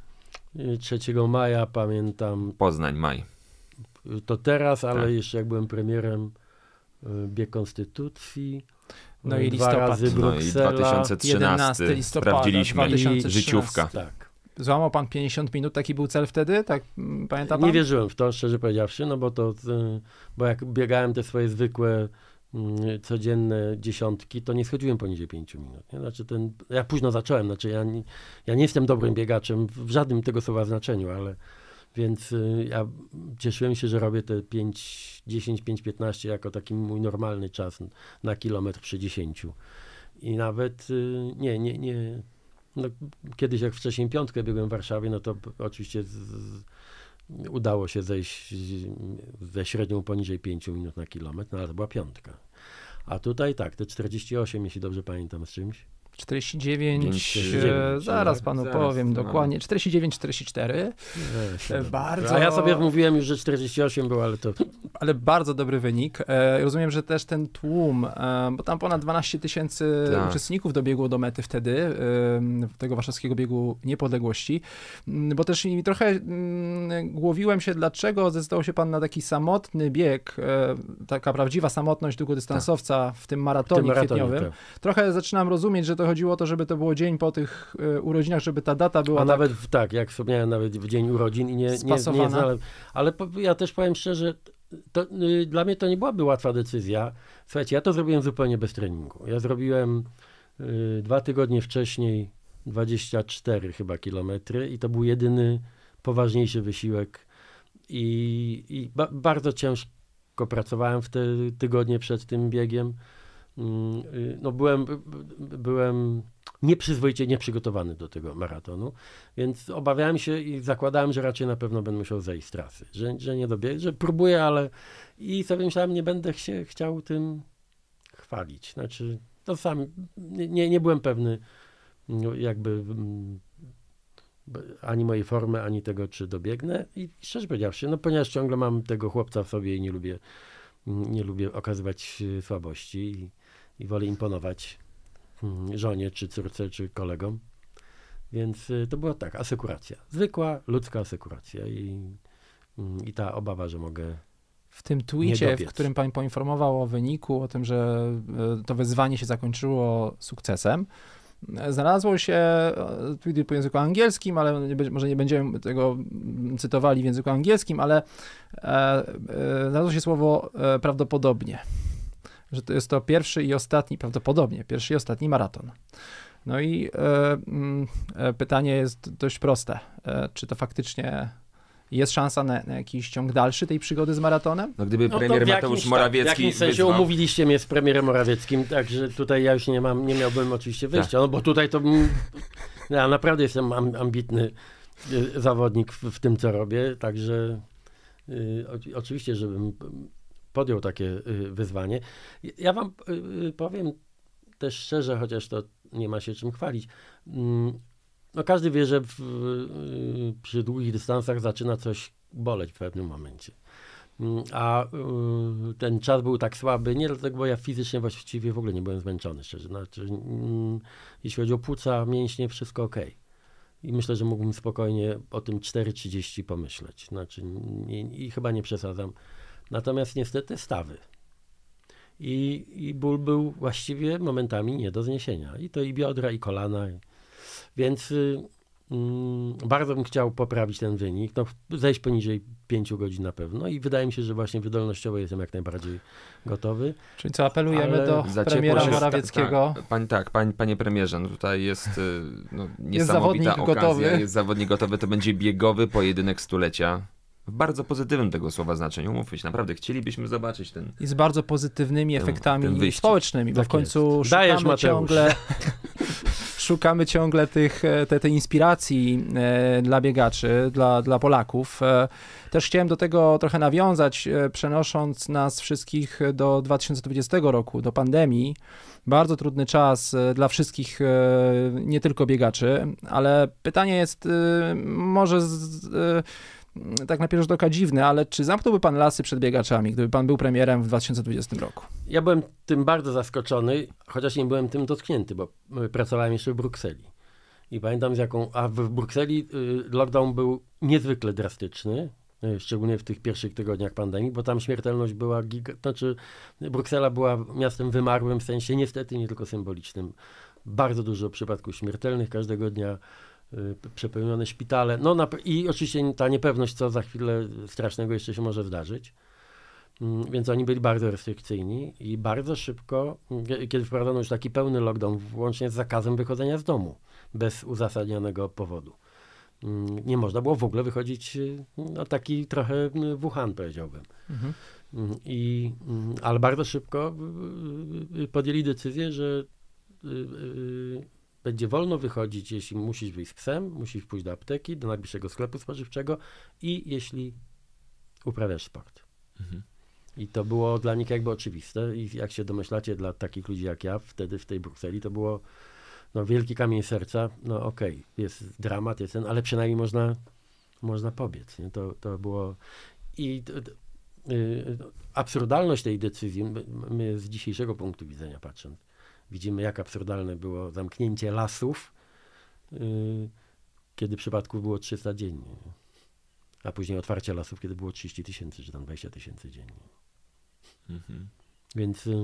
trzeciego maja, pamiętam. Poznań, maj. To teraz, ale tak. jeszcze jak byłem premierem, bieg Konstytucji. No i dwa listopad. razy No i Bruksela. dwa tysiące trzynasty jedenastego listopada sprawdziliśmy. dwa tysiące trzynasty. Życiówka. Tak. Złamał pan pięćdziesiąt minut, taki był cel wtedy? Tak, mm, pamięta pan? Nie wierzyłem w to, szczerze powiedziawszy, no bo to, bo jak biegałem te swoje zwykłe codzienne dziesiątki, to nie schodziłem poniżej pięciu minut. Nie? Znaczy ten, ja późno zacząłem, znaczy ja nie, ja nie jestem dobrym biegaczem w żadnym tego słowa znaczeniu, ale więc y, ja cieszyłem się, że robię te pięć dziesięć, pięć piętnaście jako taki mój normalny czas na kilometr przy dziesięciu. I nawet y, nie, nie, nie. No, kiedyś jak wcześniej piątkę biegłem w Warszawie, no to oczywiście z, z, udało się zejść ze średnią poniżej pięciu minut na kilometr, no ale to była piątka. A tutaj tak, te czterdzieści osiem, jeśli dobrze pamiętam, z czymś. czterdzieści dziewięć, czterdzieści dziewięć, zaraz panu zaraz, powiem no. dokładnie, czterdzieści dziewięć czterdzieści cztery, E, bardzo... A ja sobie mówiłem już, że czterdzieści osiem było, ale to... ale bardzo dobry wynik. E, rozumiem, że też ten tłum, e, bo tam ponad dwanaście tysięcy tak. uczestników dobiegło do mety wtedy, e, tego warszawskiego biegu niepodległości, m, bo też mi trochę m, głowiłem się, dlaczego zdecydował się pan na taki samotny bieg, e, taka prawdziwa samotność długodystansowca tak. w tym maratonie, w tym maratonie kwietniowym. Tak. Trochę zaczynam rozumieć, że to chodziło o to, żeby to było dzień po tych e, urodzinach, żeby ta data była A tak... nawet w, tak, jak wspomniałem, nawet w dzień urodzin i nie, nie, nie znalazłem. Ale po, ja też powiem szczerze, to, y, dla mnie to nie byłaby łatwa decyzja. Słuchajcie, ja to zrobiłem zupełnie bez treningu. Ja zrobiłem y, dwa tygodnie wcześniej dwadzieścia cztery chyba kilometry i to był jedyny poważniejszy wysiłek i, i ba, bardzo ciężko pracowałem w te tygodnie przed tym biegiem. Y, y, no byłem, y, byłem nieprzyzwoicie nieprzygotowany do tego maratonu, więc obawiałem się i zakładałem, że raczej na pewno będę musiał zejść z trasy, że, że nie dobiegę, że próbuję, ale i sobie myślałem, nie będę się chciał tym chwalić. Znaczy, to sam, nie, nie byłem pewny no, jakby ani mojej formy, ani tego, czy dobiegnę i szczerze powiedziawszy, no ponieważ ciągle mam tego chłopca w sobie i nie lubię, nie lubię okazywać słabości i, i wolę imponować żonie, czy córce, czy kolegom. Więc to była tak, asekuracja. Zwykła, ludzka asekuracja i, i ta obawa, że mogę w tym tweetie, w którym pan poinformował o wyniku, o tym, że to wyzwanie się zakończyło sukcesem, znalazło się tweety po języku angielskim, ale nie, może nie będziemy tego cytowali w języku angielskim, ale e, e, znalazło się słowo e, prawdopodobnie. Że to jest to pierwszy i ostatni, prawdopodobnie pierwszy i ostatni maraton. No i e, e, pytanie jest dość proste. E, czy to faktycznie jest szansa na, na jakiś ciąg dalszy tej przygody z maratonem? No gdyby no premier w Mateusz jakimś, Morawiecki tak, w jakimś sensie wyzwał... umówiliście mnie z premierem Morawieckim, także tutaj ja już nie mam, nie miałbym oczywiście wyjścia, tak. no bo tutaj to ja naprawdę jestem ambitny zawodnik w, w tym, co robię, także y, o, oczywiście, żebym podjął takie wyzwanie. Ja wam powiem też szczerze, chociaż to nie ma się czym chwalić. No każdy wie, że w, przy długich dystansach zaczyna coś boleć w pewnym momencie. A ten czas był tak słaby, nie dlatego, bo ja fizycznie właściwie w ogóle nie byłem zmęczony, szczerze. Znaczy, jeśli chodzi o płuca, mięśnie, wszystko ok. I myślę, że mógłbym spokojnie o tym cztery trzydzieści pomyśleć. Znaczy, nie, i chyba nie przesadzam. Natomiast niestety stawy. I, I ból był właściwie momentami nie do zniesienia. I to i biodra, i kolana. Więc y, mm, bardzo bym chciał poprawić ten wynik. No, zejść poniżej pięciu godzin na pewno. I wydaje mi się, że właśnie wydolnościowo jestem jak najbardziej gotowy. Czyli co, apelujemy Ale do premiera się, Morawieckiego. Tak, pań, tak pań, panie premierze, no tutaj jest no, niesamowita jest zawodnik okazja. Gotowy. Jest zawodnik gotowy. To będzie biegowy pojedynek stulecia. W bardzo pozytywnym tego słowa znaczeniu. Mówmy się, naprawdę chcielibyśmy zobaczyć ten... I z bardzo pozytywnymi ten, efektami ten społecznymi, bo tak w końcu jest. Dajesz, szukamy Mateusz. ciągle szukamy ciągle tych, te, tej inspiracji e, dla biegaczy, dla, dla Polaków. E, też chciałem do tego trochę nawiązać, e, przenosząc nas wszystkich do dwa tysiące dwudziestego roku, do pandemii. Bardzo trudny czas e, dla wszystkich, e, nie tylko biegaczy, ale pytanie jest e, może z, e, tak na pierwszy rzut oka dziwne, ale czy zamknąłby pan lasy przed biegaczami, gdyby pan był premierem w dwa tysiące dwudziestym roku? Ja byłem tym bardzo zaskoczony, chociaż nie byłem tym dotknięty, bo pracowałem jeszcze w Brukseli. I pamiętam z jaką, a w Brukseli y, lockdown był niezwykle drastyczny, y, szczególnie w tych pierwszych tygodniach pandemii, bo tam śmiertelność była giga, znaczy Bruksela była miastem wymarłym w sensie niestety nie tylko symbolicznym. Bardzo dużo przypadków śmiertelnych każdego dnia, y, przepełnione szpitale, no na, i oczywiście ta niepewność, co za chwilę strasznego jeszcze się może zdarzyć. Więc oni byli bardzo restrykcyjni i bardzo szybko, kiedy wprowadzono już taki pełny lockdown, włącznie z zakazem wychodzenia z domu, bez uzasadnionego powodu. Nie można było w ogóle wychodzić, no taki trochę Wuhan, powiedziałbym. Mhm. I, ale bardzo szybko podjęli decyzję, że będzie wolno wychodzić, jeśli musisz wyjść z psem, musisz pójść do apteki, do najbliższego sklepu spożywczego i jeśli uprawiasz sport. Mhm. I to było dla nich jakby oczywiste i jak się domyślacie, dla takich ludzi jak ja wtedy w tej Brukseli to było no, wielki kamień serca. No okej, okay, jest dramat, jest ten, ale przynajmniej można, można pobiec. Nie? To, to było i to, yy, absurdalność tej decyzji, my, my z dzisiejszego punktu widzenia patrząc, widzimy jak absurdalne było zamknięcie lasów, yy, kiedy przypadków było trzysta dziennie. A później otwarcie lasów, kiedy było trzydzieści tysięcy, czy tam dwadzieścia tysięcy dziennie. Mhm. Więc y,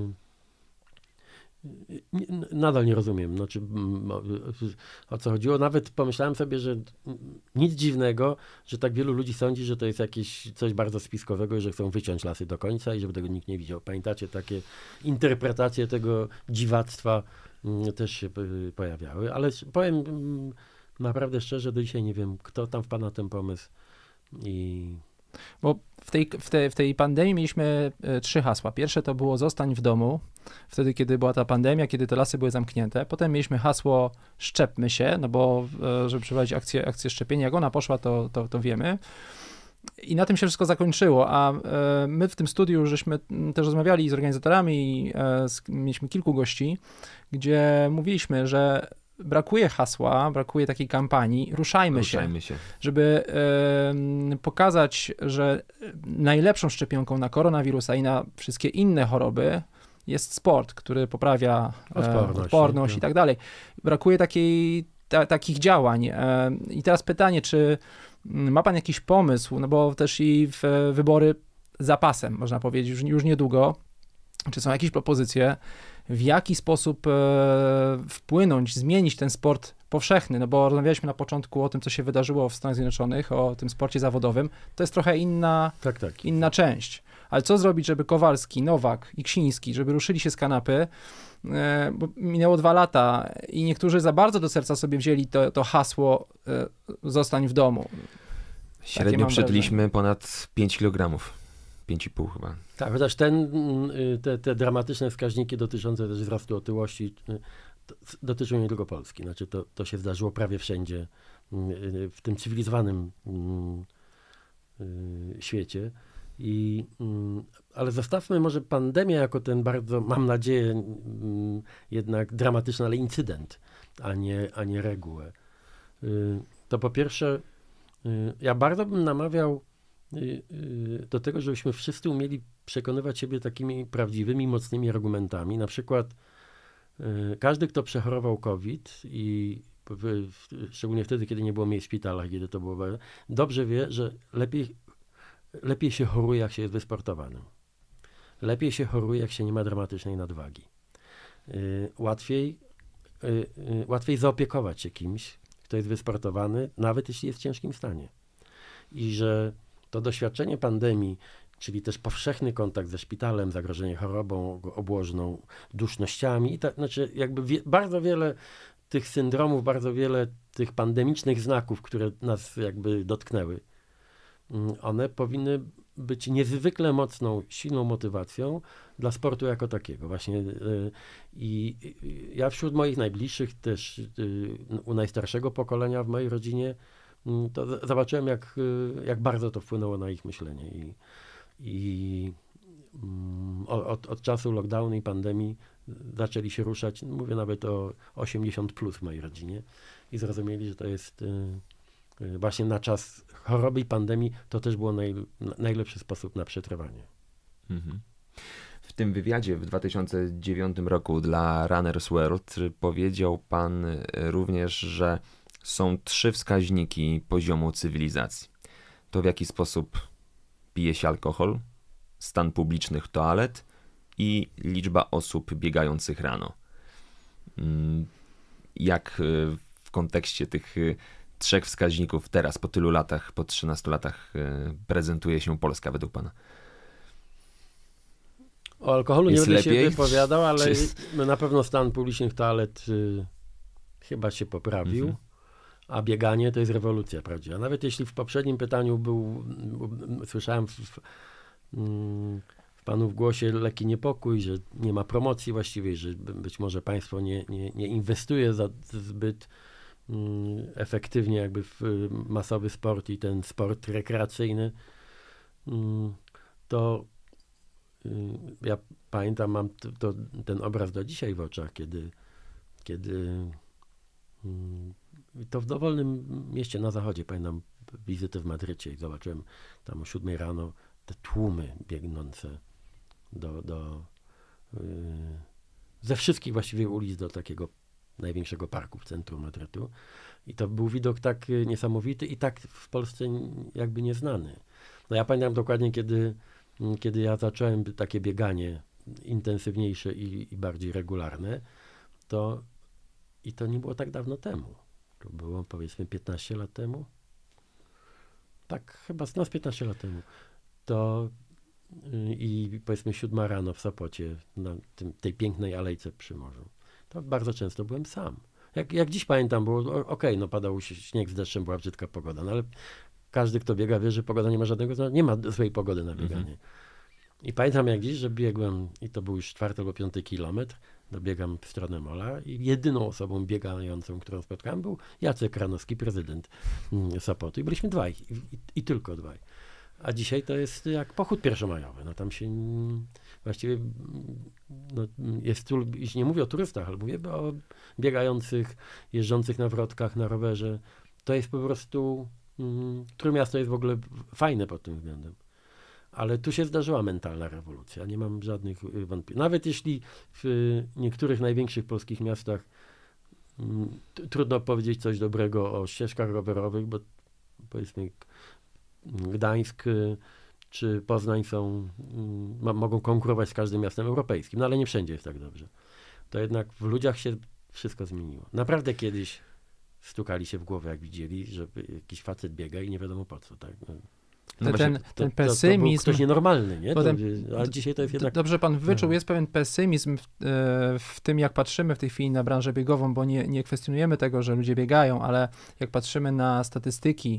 y, nadal nie rozumiem, no, czy, o, o co chodziło. Nawet pomyślałem sobie, że nic dziwnego, że tak wielu ludzi sądzi, że to jest jakieś coś bardzo spiskowego i że chcą wyciąć lasy do końca i żeby tego nikt nie widział. Pamiętacie, takie interpretacje tego dziwactwa y, też się y, pojawiały. Ale powiem y, naprawdę szczerze, do dzisiaj nie wiem, kto tam wpadł na ten pomysł. I... Bo w tej, w, tej, w tej pandemii mieliśmy e, trzy hasła. Pierwsze to było zostań w domu, wtedy kiedy była ta pandemia, kiedy te lasy były zamknięte. Potem mieliśmy hasło szczepmy się, no bo e, żeby przeprowadzić akcję, akcję szczepienia, jak ona poszła, to, to, to wiemy. I na tym się wszystko zakończyło, a e, my w tym studiu żeśmy też rozmawiali z organizatorami i e, z, mieliśmy kilku gości, gdzie mówiliśmy, że brakuje hasła, brakuje takiej kampanii, ruszajmy, ruszajmy się, się, żeby y, pokazać, że najlepszą szczepionką na koronawirusa i na wszystkie inne choroby jest sport, który poprawia odporność, odporność no. i tak dalej. Brakuje takiej, ta, takich działań. Y, I teraz pytanie, czy ma pan jakiś pomysł, no bo też i w wybory za pasem, można powiedzieć, już, już niedługo, czy są jakieś propozycje, w jaki sposób e, wpłynąć, zmienić ten sport powszechny, no bo rozmawialiśmy na początku o tym, co się wydarzyło w Stanach Zjednoczonych, o tym sporcie zawodowym, to jest trochę inna, tak, tak. inna część. Ale co zrobić, żeby Kowalski, Nowak i Ksiński, żeby ruszyli się z kanapy, e, bo minęło dwa lata i niektórzy za bardzo do serca sobie wzięli to, to hasło e, zostań w domu. Średnio przytyliśmy ponad pięć kilogramów. pięć i pół chyba. Tak, chociaż ten, te, te dramatyczne wskaźniki dotyczące też wzrostu otyłości dotyczą nie tylko Polski. Znaczy to, to się zdarzyło prawie wszędzie w tym cywilizowanym świecie. I, ale zostawmy może pandemię jako ten bardzo, mam nadzieję, jednak dramatyczny, ale incydent, a nie, a nie regułę. To po pierwsze, ja bardzo bym namawiał do tego, żebyśmy wszyscy umieli przekonywać siebie takimi prawdziwymi, mocnymi argumentami. Na przykład każdy, kto przechorował COVID i w, w, szczególnie wtedy, kiedy nie było miejsc w szpitalach, kiedy to było, dobrze wie, że lepiej, lepiej się choruje, jak się jest wysportowanym. Lepiej się choruje, jak się nie ma dramatycznej nadwagi. Łatwiej, łatwiej zaopiekować się kimś, kto jest wysportowany, nawet jeśli jest w ciężkim stanie. I że to doświadczenie pandemii, czyli też powszechny kontakt ze szpitalem, zagrożenie chorobą obłożną, dusznościami, i tak, znaczy jakby wie, bardzo wiele tych syndromów, bardzo wiele tych pandemicznych znaków, które nas jakby dotknęły, one powinny być niezwykle mocną, silną motywacją dla sportu jako takiego. Właśnie i ja wśród moich najbliższych, też u najstarszego pokolenia w mojej rodzinie, to zobaczyłem, jak, jak bardzo to wpłynęło na ich myślenie. I, i od, od czasu lockdownu i pandemii zaczęli się ruszać, mówię nawet o osiemdziesiąt plus w mojej rodzinie, i zrozumieli, że to jest właśnie na czas choroby i pandemii, to też było naj, najlepszy sposób na przetrwanie. Mhm. W tym wywiadzie w dwa tysiące dziewiątym roku dla Runner's World powiedział pan również, że są trzy wskaźniki poziomu cywilizacji. To w jaki sposób pije się alkohol, stan publicznych toalet i liczba osób biegających rano. Jak w kontekście tych trzech wskaźników teraz, po tylu latach, po trzynastu latach prezentuje się Polska według pana? O alkoholu Jest nie będę lepiej? się wypowiadał, ale Czy... na pewno stan publicznych toalet y, chyba się poprawił, mhm. a bieganie to jest rewolucja prawdziwa. Nawet jeśli w poprzednim pytaniu był, b, słyszałem w, w, w panu w głosie lekki niepokój, że nie ma promocji właściwej, że być może państwo nie, nie, nie inwestuje za zbyt y, efektywnie jakby w masowy sport i ten sport rekreacyjny, y, to ja pamiętam, mam to, to, ten obraz do dzisiaj w oczach, kiedy, kiedy to w dowolnym mieście na zachodzie, pamiętam wizytę w Madrycie i zobaczyłem tam o siódmej rano te tłumy biegnące do, do yy, ze wszystkich właściwie ulic do takiego największego parku w centrum Madrytu. I to był widok tak niesamowity i tak w Polsce jakby nieznany. No ja pamiętam dokładnie, kiedy Kiedy ja zacząłem takie bieganie intensywniejsze i, i bardziej regularne, to i to nie było tak dawno temu. To było powiedzmy piętnaście lat temu. Tak, chyba no, z piętnaście lat temu. To yy, i powiedzmy siódma rano w Sopocie, na tym, tej pięknej alejce przy morzu. To bardzo często byłem sam. Jak, jak dziś pamiętam, było okej, okay, no padał śnieg z deszczem, była brzydka pogoda, no ale każdy, kto biega, wie, że pogoda nie ma żadnego znaczenia. Nie ma złej pogody na bieganie. Mhm. I pamiętam jak dziś, że biegłem, i to był już czwarty albo piąty kilometr, dobiegam w stronę Mola i jedyną osobą biegającą, którą spotkałem, był Jacek Ranowski, prezydent Sopotu. I byliśmy dwaj, i, i, i tylko dwaj. A dzisiaj to jest jak pochód pierwszomajowy. No tam się właściwie no, jest tu, nie mówię o turystach, ale mówię o biegających, jeżdżących na wrotkach, na rowerze. To jest po prostu Trójmiasto jest w ogóle fajne pod tym względem. Ale tu się zdarzyła mentalna rewolucja. Nie mam żadnych wątpliwości. Nawet jeśli w niektórych największych polskich miastach t- trudno powiedzieć coś dobrego o ścieżkach rowerowych, bo powiedzmy Gdańsk czy Poznań są, ma, mogą konkurować z każdym miastem europejskim, no ale nie wszędzie jest tak dobrze. To jednak w ludziach się wszystko zmieniło. Naprawdę kiedyś stukali się w głowę, jak widzieli, że jakiś facet biega i nie wiadomo po co. Tak? No. No ten, to, ten to, pesymizm... To, to był ktoś nienormalny, nie? Potem, to, a dzisiaj to jest jednak... Dobrze pan wyczuł, jest pewien pesymizm w, w tym, jak patrzymy w tej chwili na branżę biegową, bo nie, nie kwestionujemy tego, że ludzie biegają, ale jak patrzymy na statystyki,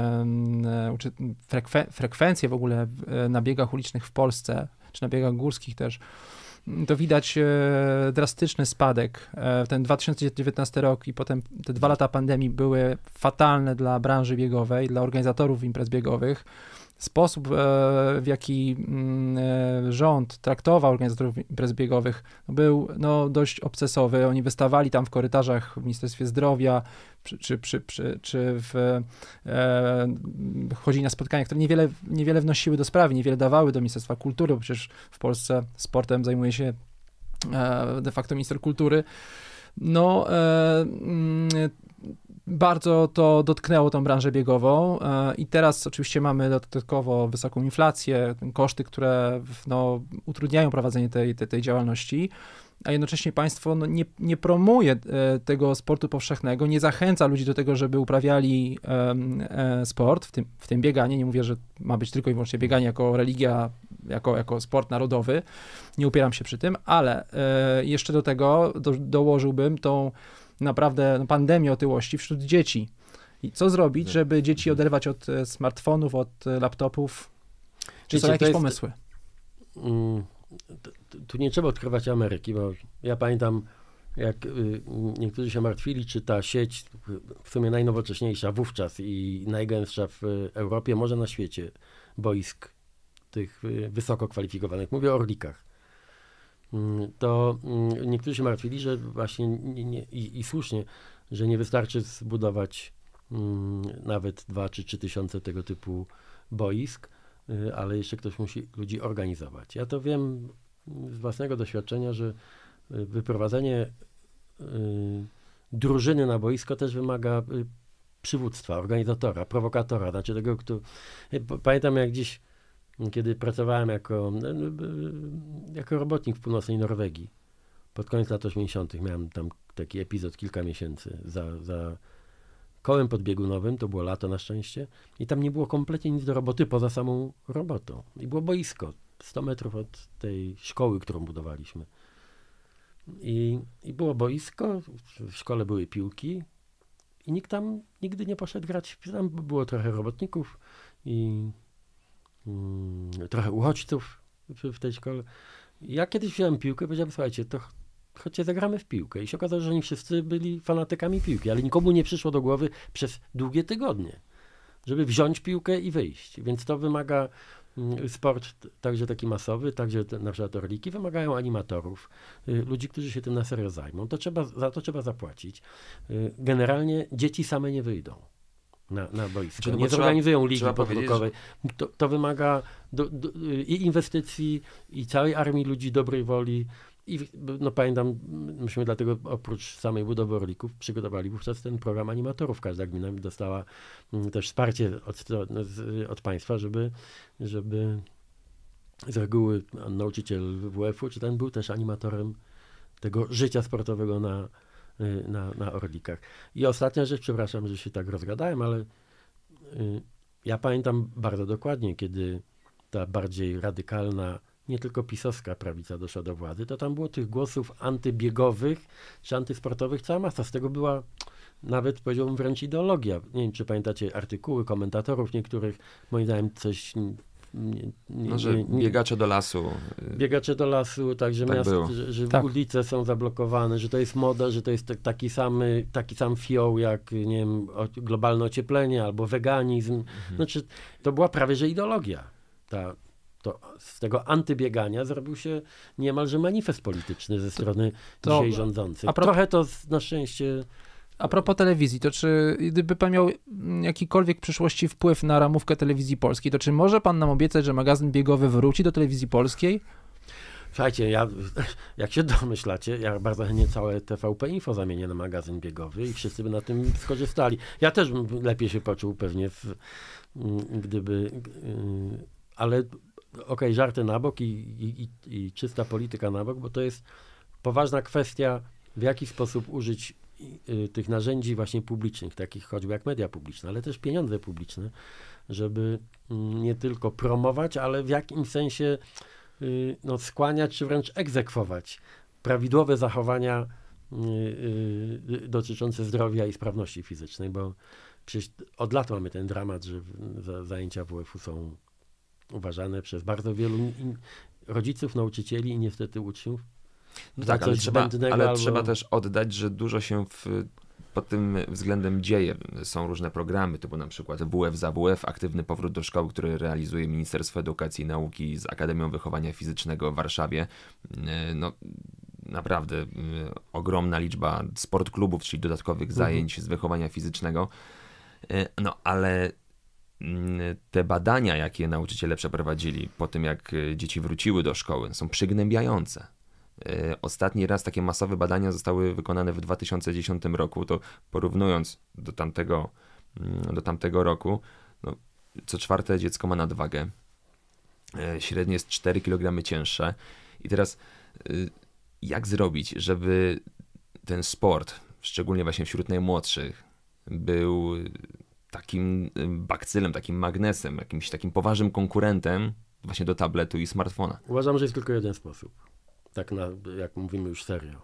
frekwen- frekwencję w ogóle na biegach ulicznych w Polsce, czy na biegach górskich też, to widać e, drastyczny spadek. E, ten dwa tysiące dziewiętnasty rok i potem te dwa lata pandemii były fatalne dla branży biegowej, dla organizatorów imprez biegowych. Sposób, e, w jaki e, rząd traktował organizatorów imprez biegowych, był no, dość obcesowy. Oni wystawali tam w korytarzach w Ministerstwie Zdrowia, czy, czy, czy, czy, czy w, e, chodzili na spotkania, które niewiele, niewiele wnosiły do sprawy, niewiele dawały do Ministerstwa Kultury, bo przecież w Polsce sportem zajmuje się e, de facto minister kultury. No, e, mm, bardzo to dotknęło tą branżę biegową e, i teraz oczywiście mamy dodatkowo wysoką inflację, koszty, które no, utrudniają prowadzenie tej, tej, tej działalności, a jednocześnie państwo no, nie, nie promuje e, tego sportu powszechnego, nie zachęca ludzi do tego, żeby uprawiali e, e, sport, w tym, w tym bieganie. Nie mówię, że ma być tylko i wyłącznie bieganie jako religia, jako, jako sport narodowy. Nie upieram się przy tym, ale e, jeszcze do tego do, dołożyłbym tą naprawdę no, pandemię otyłości wśród dzieci. I co zrobić, żeby dzieci oderwać od smartfonów, od laptopów? Czy Wiecie, są jakieś jest, pomysły? Mm, tu, tu nie trzeba odkrywać Ameryki, bo ja pamiętam, jak y, niektórzy się martwili, czy ta sieć, w sumie najnowocześniejsza wówczas i najgęstsza w Europie, może na świecie, boisk tych y, wysoko kwalifikowanych, mówię o orlikach, to niektórzy się martwili, że właśnie nie, nie, i, i słusznie, że nie wystarczy zbudować mm, nawet dwa czy trzy tysiące tego typu boisk, y, ale jeszcze ktoś musi ludzi organizować. Ja to wiem z własnego doświadczenia, że wyprowadzenie y, drużyny na boisko też wymaga y, przywództwa, organizatora, prowokatora, znaczy tego, kto... Pamiętam jak dziś, kiedy pracowałem jako, jako robotnik w północnej Norwegii, pod koniec lat osiemdziesiątych miałem tam taki epizod kilka miesięcy za, za kołem podbiegunowym, to było lato na szczęście, i tam nie było kompletnie nic do roboty poza samą robotą. I było boisko, sto metrów od tej szkoły, którą budowaliśmy. I, i było boisko, w szkole były piłki i nikt tam nigdy nie poszedł grać. Tam było trochę robotników i mm, trochę uchodźców w, w tej szkole. I ja kiedyś wziąłem piłkę i powiedziałem, słuchajcie, to chodźcie zagramy w piłkę. I się okazało, że oni wszyscy byli fanatykami piłki, ale nikomu nie przyszło do głowy przez długie tygodnie, żeby wziąć piłkę i wyjść. Więc to wymaga, sport także taki masowy, także te, na przykład orliki, wymagają animatorów, y, ludzi, którzy się tym na serio zajmą. To trzeba, za to trzeba zapłacić. Y, generalnie dzieci same nie wyjdą na, na boisko. Znaczy, no nie zorganizują ligi podwórkowej. Że... To, to wymaga do, do, i inwestycji, i całej armii ludzi dobrej woli. I no pamiętam, myśmy dlatego oprócz samej budowy orlików przygotowali wówczas ten program animatorów. Każda gmina dostała też wsparcie od, od państwa, żeby, żeby z reguły nauczyciel W W F-u, czy ten był też animatorem tego życia sportowego na, na, na orlikach. I ostatnia rzecz, przepraszam, że się tak rozgadałem, ale ja pamiętam bardzo dokładnie, kiedy ta bardziej radykalna, nie tylko pisowska prawica doszła do władzy, to tam było tych głosów antybiegowych czy antysportowych cała masa. Z tego była nawet, powiedziałbym, wręcz ideologia. Nie wiem, czy pamiętacie artykuły komentatorów niektórych, moim zdaniem coś... Nie, nie, no, że nie, biegacze do lasu. Biegacze do lasu, także tak miasto, że, że tak. ulice są zablokowane, że to jest moda, że to jest taki, samy, taki sam fioł jak, nie wiem, globalne ocieplenie albo weganizm. Mhm. Znaczy, to była prawie że ideologia. Ta, to z tego antybiegania zrobił się niemalże manifest polityczny ze strony to, dzisiaj rządzących. pro... Trochę to na szczęście... A propos telewizji, to czy gdyby pan miał jakikolwiek w przyszłości wpływ na ramówkę telewizji polskiej, to czy może pan nam obiecać, że magazyn biegowy wróci do telewizji polskiej? Słuchajcie, ja, jak się domyślacie, ja bardzo chętnie całe T V P Info zamienię na magazyn biegowy i wszyscy by na tym skorzystali. Ja też bym lepiej się poczuł pewnie, w, gdyby... Ale okej, okay, żarty na bok i, i, i, i czysta polityka na bok, bo to jest poważna kwestia, w jaki sposób użyć y, tych narzędzi właśnie publicznych, takich choćby jak media publiczne, ale też pieniądze publiczne, żeby y, nie tylko promować, ale w jakimś sensie y, no, skłaniać czy wręcz egzekwować prawidłowe zachowania y, y, dotyczące zdrowia i sprawności fizycznej, bo przecież od lat mamy ten dramat, że za, zajęcia W F-u są uważane przez bardzo wielu rodziców, nauczycieli i niestety uczniów. No tak, ale, trzeba, ale albo... trzeba też oddać, że dużo się w, pod tym względem dzieje. Są różne programy, typu na przykład W F za W F, aktywny powrót do szkoły, który realizuje Ministerstwo Edukacji i Nauki z Akademią Wychowania Fizycznego w Warszawie. No naprawdę y, ogromna liczba sportklubów, czyli dodatkowych mhm. zajęć z wychowania fizycznego. Y, no ale te badania, jakie nauczyciele przeprowadzili po tym, jak dzieci wróciły do szkoły, są przygnębiające. Ostatni raz takie masowe badania zostały wykonane w dwa tysiące dziesiątym roku, to porównując do tamtego, do tamtego roku, no, co czwarte dziecko ma nadwagę. Średnio jest cztery kilogramy cięższe. I teraz jak zrobić, żeby ten sport, szczególnie właśnie wśród najmłodszych, był takim bakcylem, takim magnesem, jakimś takim poważnym konkurentem właśnie do tabletu i smartfona? Uważam, że jest tylko jeden sposób. Tak na, jak mówimy już serio.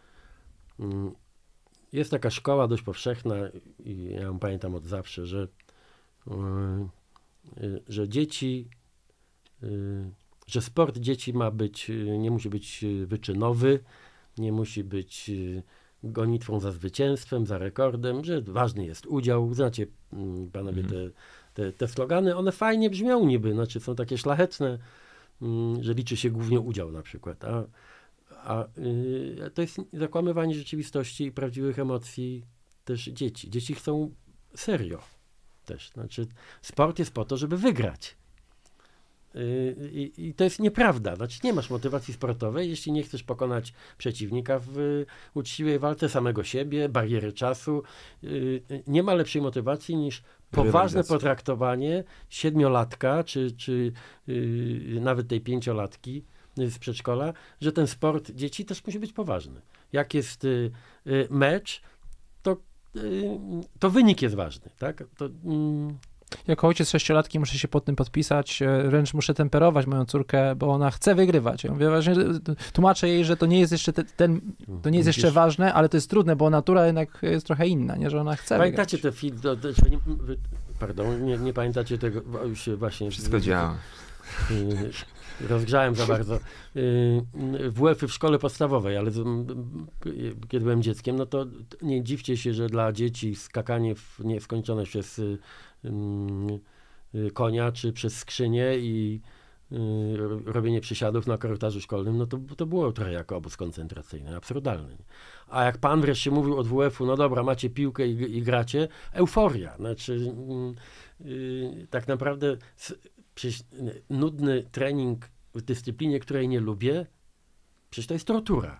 Jest taka szkoła dość powszechna i ja ją pamiętam od zawsze, że, że dzieci, że sport dzieci ma być, nie musi być wyczynowy, nie musi być gonitwą za zwycięstwem, za rekordem, że ważny jest udział. Znacie, panowie, mm. te, te, te slogany, one fajnie brzmią niby, znaczy są takie szlachetne, że liczy się głównie udział na przykład, a, a y, to jest zakłamywanie rzeczywistości i prawdziwych emocji też dzieci. Dzieci chcą serio też, znaczy sport jest po to, żeby wygrać. I, I to jest nieprawda. Znaczy nie masz motywacji sportowej, jeśli nie chcesz pokonać przeciwnika w uczciwej walce, samego siebie, bariery czasu. Nie ma lepszej motywacji niż poważne potraktowanie siedmiolatka, czy, czy nawet tej pięciolatki z przedszkola, że ten sport dzieci też musi być poważny. Jak jest mecz, to, to wynik jest ważny. Tak? To, mm, Jako ojciec sześciolatki muszę się pod tym podpisać, wręcz muszę temperować moją córkę, bo ona chce wygrywać. Ja mówię, właśnie, tłumaczę jej, że to nie jest jeszcze te, ten, to nie jest jeszcze ważne, ale to jest trudne, bo natura jednak jest trochę inna, nie, że ona chce Pamiętacie wygrać. te film, to, to, nie, wy, pardon, nie, nie pamiętacie tego, już właśnie... Wszystko działa. Rozgrzałem za bardzo. W U E F y w szkole podstawowej, ale kiedy byłem dzieckiem, no to nie dziwcie się, że dla dzieci skakanie w nieskończone przez konia, czy przez skrzynię i robienie przysiadów na korytarzu szkolnym, no to, to było trochę jak obóz koncentracyjny, absurdalny. A jak pan wreszcie mówił od W F u, no dobra, macie piłkę i, i gracie, euforia. Znaczy, yy, tak naprawdę przecież nudny trening w dyscyplinie, której nie lubię, przecież to jest tortura.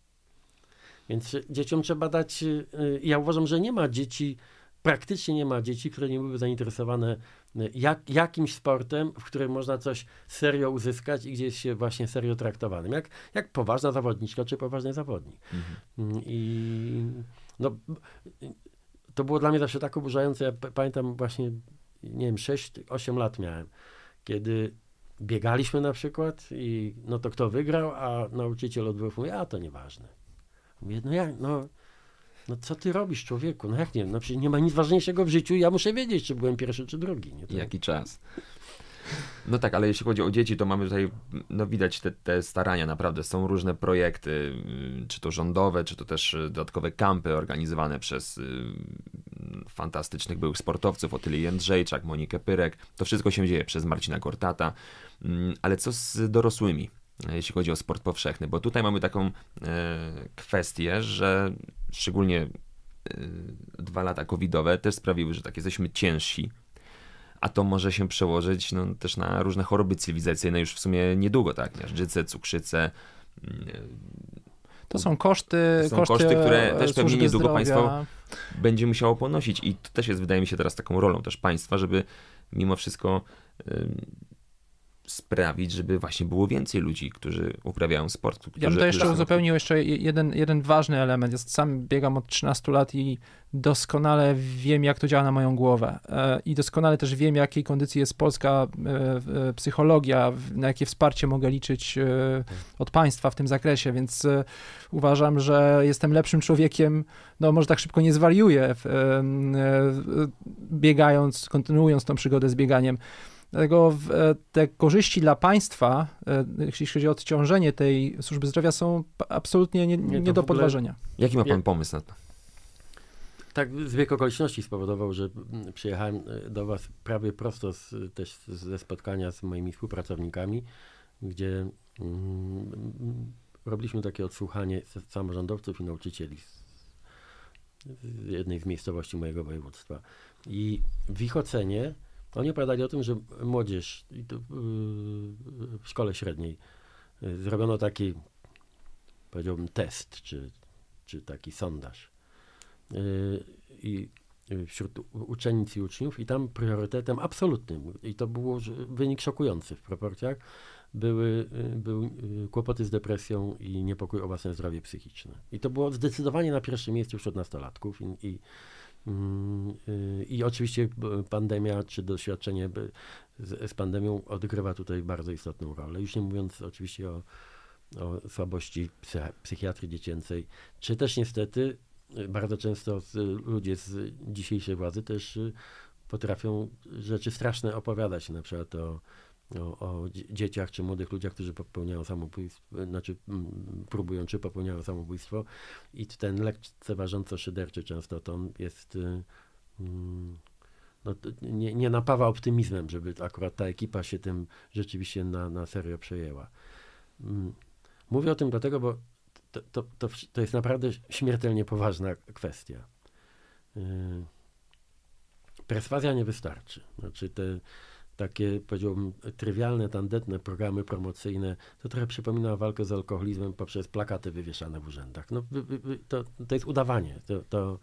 Więc dzieciom trzeba dać, yy, ja uważam, że nie ma dzieci, praktycznie nie ma dzieci, które nie byłyby zainteresowane jak, jakimś sportem, w którym można coś serio uzyskać i gdzie jest się właśnie serio traktowanym. Jak, jak poważna zawodniczka, czy poważny zawodnik. Mhm. I no, to było dla mnie zawsze tak oburzające. Ja p- pamiętam właśnie, nie wiem, sześć osiem lat miałem, kiedy biegaliśmy na przykład i no to kto wygrał, a nauczyciel od W F u mówi, a to nieważne. Mówię, no jak, no No co ty robisz, człowieku? No jak nie wiem, no przecież nie ma nic ważniejszego w życiu, ja muszę wiedzieć, czy byłem pierwszy, czy drugi. Nie? To... Jaki czas. No tak, ale jeśli chodzi o dzieci, to mamy tutaj, no widać te, te starania, naprawdę są różne projekty, czy to rządowe, czy to też dodatkowe kampy organizowane przez y, fantastycznych byłych sportowców, Otylię Jędrzejczak, Monikę Pyrek, to wszystko się dzieje przez Marcina Gortata, y, ale co z dorosłymi? Jeśli chodzi o sport powszechny, bo tutaj mamy taką e, kwestię, że szczególnie e, dwa lata covidowe też sprawiły, że tak jesteśmy ciężsi, a to może się przełożyć no, też na różne choroby cywilizacyjne już w sumie niedługo, tak, miażdżycę, cukrzycę. E, to są koszty, to są koszty, koszty które też pewnie niedługo zdrowia. państwo będzie musiało ponosić i to też jest, wydaje mi się, teraz taką rolą też państwa, żeby mimo wszystko e, sprawić, żeby właśnie było więcej ludzi, którzy uprawiają sport. Którzy, ja bym to jeszcze są... uzupełnił jeszcze jeden, jeden ważny element. Ja sam biegam od trzynastu lat i doskonale wiem, jak to działa na moją głowę. I doskonale też wiem, jakiej kondycji jest polska psychologia, na jakie wsparcie mogę liczyć od państwa w tym zakresie, więc uważam, że jestem lepszym człowiekiem, no może tak szybko nie zwariuję, biegając, kontynuując tą przygodę z bieganiem. Dlatego te korzyści dla państwa, jeśli chodzi o odciążenie tej służby zdrowia, są absolutnie nie, nie, nie do podważenia. Jaki ma pan pomysł na to? Tak, zbieg okoliczności spowodował, że przyjechałem do was prawie prosto z, też ze spotkania z moimi współpracownikami, gdzie mm, robiliśmy takie odsłuchanie samorządowców i nauczycieli z, z jednej z miejscowości mojego województwa. I w ich ocenie oni opowiadali o tym, że młodzież w szkole średniej zrobiono taki, powiedziałbym, test, czy, czy taki sondaż i wśród uczennic i uczniów i tam priorytetem absolutnym, i to był wynik szokujący w proporcjach, były, były kłopoty z depresją i niepokój o własne zdrowie psychiczne. I to było zdecydowanie na pierwszym miejscu wśród nastolatków i, i I oczywiście pandemia, czy doświadczenie z, z pandemią odgrywa tutaj bardzo istotną rolę. Już nie mówiąc oczywiście o, o słabości psychiatrii dziecięcej, czy też niestety bardzo często ludzie z dzisiejszej władzy też potrafią rzeczy straszne opowiadać, na przykład o, o, o dzieciach czy młodych ludziach, którzy popełniają samobójstwo, znaczy próbują czy popełniają samobójstwo i ten lekceważąco szyderczy często ton jest, no, nie, nie napawa optymizmem, żeby akurat ta ekipa się tym rzeczywiście na, na serio przejęła. Mówię o tym dlatego, bo to, to, to, to jest naprawdę śmiertelnie poważna kwestia. Perswazja nie wystarczy. Znaczy te takie, powiedziałbym, trywialne, tandetne programy promocyjne, to trochę przypomina walkę z alkoholizmem poprzez plakaty wywieszane w urzędach. No, to, to jest udawanie. To, to,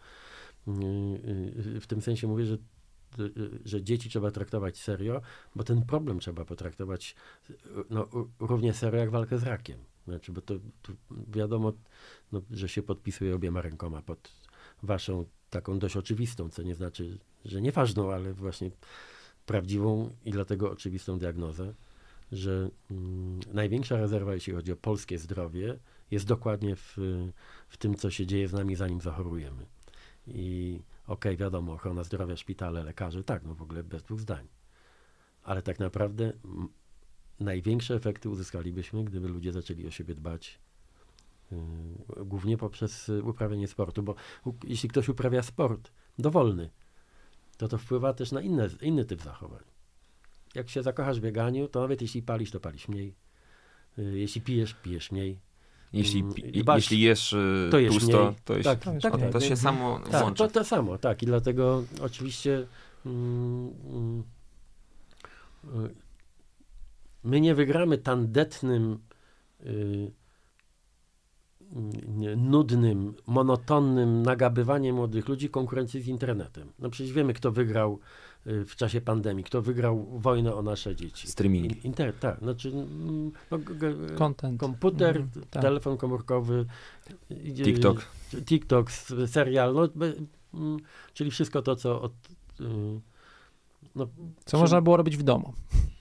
w tym sensie mówię, że, że dzieci trzeba traktować serio, bo ten problem trzeba potraktować no, równie serio jak walkę z rakiem. Znaczy, bo to, to wiadomo, no, że się podpisuje obiema rękoma pod waszą taką dość oczywistą, co nie znaczy, że nieważną, ale właśnie prawdziwą i dlatego oczywistą diagnozę, że mm, największa rezerwa, jeśli chodzi o polskie zdrowie, jest dokładnie w, w tym, co się dzieje z nami, zanim zachorujemy. I okej, okay, wiadomo, ochrona zdrowia, szpitale, lekarze, tak, no w ogóle bez dwóch zdań. Ale tak naprawdę m, największe efekty uzyskalibyśmy, gdyby ludzie zaczęli o siebie dbać, yy, głównie poprzez uprawianie sportu, bo u, jeśli ktoś uprawia sport dowolny, to to wpływa też na inne, inny typ zachowań. Jak się zakochasz w bieganiu, to nawet jeśli palisz, to palisz mniej. Yy, jeśli pijesz, pijesz mniej. Jeśli, pi- jeśli jesz yy, to jesz tłusto, mniej. to, jest, tak, o, tak, to tak, się samo tak, włącza. To, to samo, tak. I dlatego oczywiście mm, mm, my nie wygramy tandetnym, yy, nie, nudnym, monotonnym nagabywaniem młodych ludzi konkurencji z internetem. No przecież wiemy, kto wygrał y, w czasie pandemii, kto wygrał wojnę o nasze dzieci. Streamingi. In, inter, tak, znaczy no, g, g, Content. komputer, Mm, tak. telefon komórkowy, y, TikTok. y, TikTok, serial, no, by, y, czyli wszystko to, co od, y, no, Co można było robić w domu.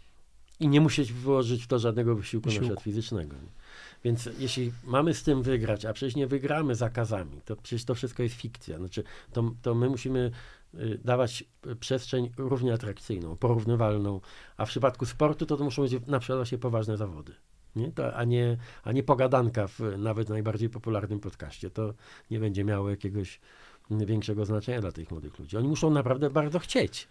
i nie musieć wyłożyć w to żadnego wysiłku, Wysiłku. na przykład fizycznego. Więc jeśli mamy z tym wygrać, a przecież nie wygramy zakazami, to przecież to wszystko jest fikcja. Znaczy, to, to my musimy y, dawać przestrzeń równie atrakcyjną, porównywalną, a w przypadku sportu to, to muszą być na przykład właśnie poważne zawody. Nie? To, a, nie, a nie pogadanka w nawet najbardziej popularnym podcaście. To nie będzie miało jakiegoś większego znaczenia dla tych młodych ludzi. Oni muszą naprawdę bardzo chcieć.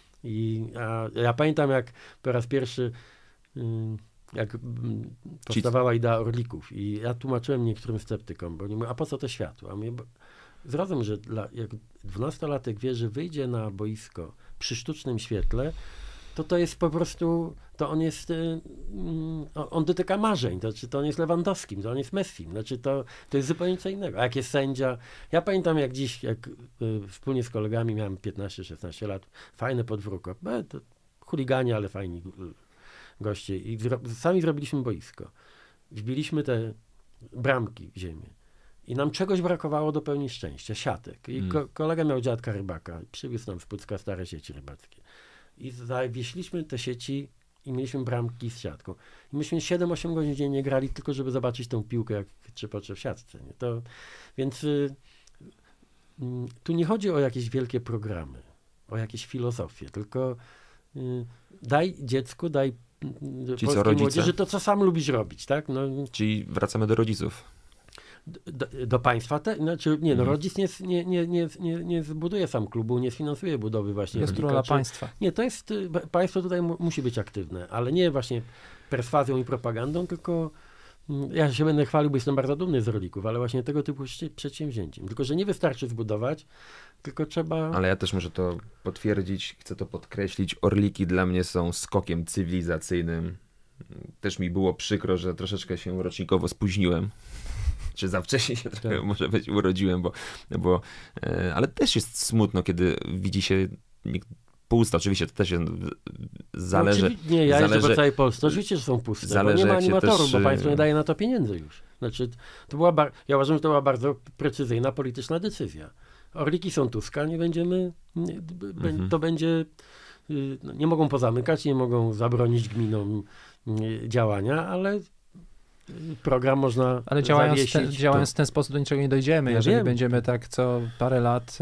I a ja pamiętam, jak po raz pierwszy y, jak mm, powstawała idea orlików i ja tłumaczyłem niektórym sceptykom, bo oni mówią, a po co to światło? A mnie, bo, zrozum, że dla, jak dwunastolatek wie, że wyjdzie na boisko przy sztucznym świetle, to to jest po prostu, to on jest, y, y, on dotyka marzeń, to znaczy to on jest Lewandowskim, to on jest Messim, znaczy to, to jest zupełnie co innego. A jak jest sędzia, ja pamiętam jak dziś, jak y, wspólnie z kolegami miałem piętnaście szesnaście lat, fajne podwórko, e, to chuliganie, ale fajni goście i zro, sami zrobiliśmy boisko. Wbiliśmy te bramki w ziemię i nam czegoś brakowało do pełni szczęścia, siatek. I ko, kolega miał dziadka rybaka, przywiózł nam z Pucka stare sieci rybackie. I zawieśliśmy te sieci i mieliśmy bramki z siatką. I myśmy siedem osiem godzin dziennie grali tylko, żeby zobaczyć tą piłkę, jak trzepocze w siatce. Nie? To, więc y, y, tu nie chodzi o jakieś wielkie programy, o jakieś filozofie, tylko y, daj dziecku, daj Ci polskiej co, rodzice? młodzieży to, co sam lubisz robić, tak? No, Czyli wracamy do rodziców. do, do państwa, te, znaczy nie, no Mhm. rodzic nie, nie, nie, nie, nie, nie zbuduje sam klubu, nie sfinansuje budowy właśnie Jest rolika, rola czy- państwa. Nie, to jest, y, ba- państwo tutaj mu, musi być aktywne, ale nie właśnie perswazją i propagandą, tylko mm, ja się będę chwalił, bo jestem bardzo dumny z rolników, ale właśnie tego typu szcie- przedsięwzięciem. Tylko, że nie wystarczy zbudować, tylko trzeba... Ale ja też muszę to potwierdzić, chcę to podkreślić. Orliki dla mnie są skokiem cywilizacyjnym. Też mi było przykro, że troszeczkę się rocznikowo spóźniłem. Czy za wcześnie się trochę Tak. może być urodziłem, bo, bo e, ale też jest smutno, kiedy widzi się niek- pusto. Oczywiście to też jest, zależy. No, oczywi- nie, ja zależy, jeżdżę po całej Polsce. Oczywiście, że są puste, zależy, bo nie ma jak się animatorów, też, bo y- państwo nie daje na to pieniędzy już. Znaczy, to była bar- ja uważam, że to była bardzo precyzyjna polityczna decyzja. Orliki są Tuska, nie będziemy, nie, b- b- Mhm. to będzie, y, no, nie mogą pozamykać, nie mogą zabronić gminom y, działania, ale y, program można Ale działając, zawiesić. ten, działając w ten sposób do niczego nie dojdziemy, Ja jeżeli wiem. będziemy tak co parę lat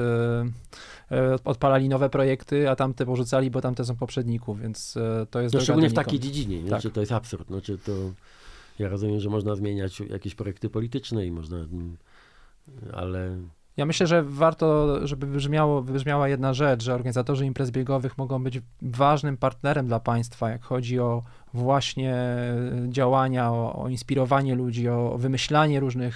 e, e, odpalali nowe projekty, a tamte porzucali, bo tamte są poprzedników, więc e, to jest No, droga szczególnie w donikąd. takiej dziedzinie, nie? Tak. Znaczy, to jest absurd. Znaczy, to, ja rozumiem, że można zmieniać jakieś projekty polityczne i można, mm, ale Ja myślę, że warto, żeby wybrzmiało, wybrzmiała jedna rzecz, że organizatorzy imprez biegowych mogą być ważnym partnerem dla państwa, jak chodzi o właśnie działania, o, o inspirowanie ludzi, o wymyślanie różnych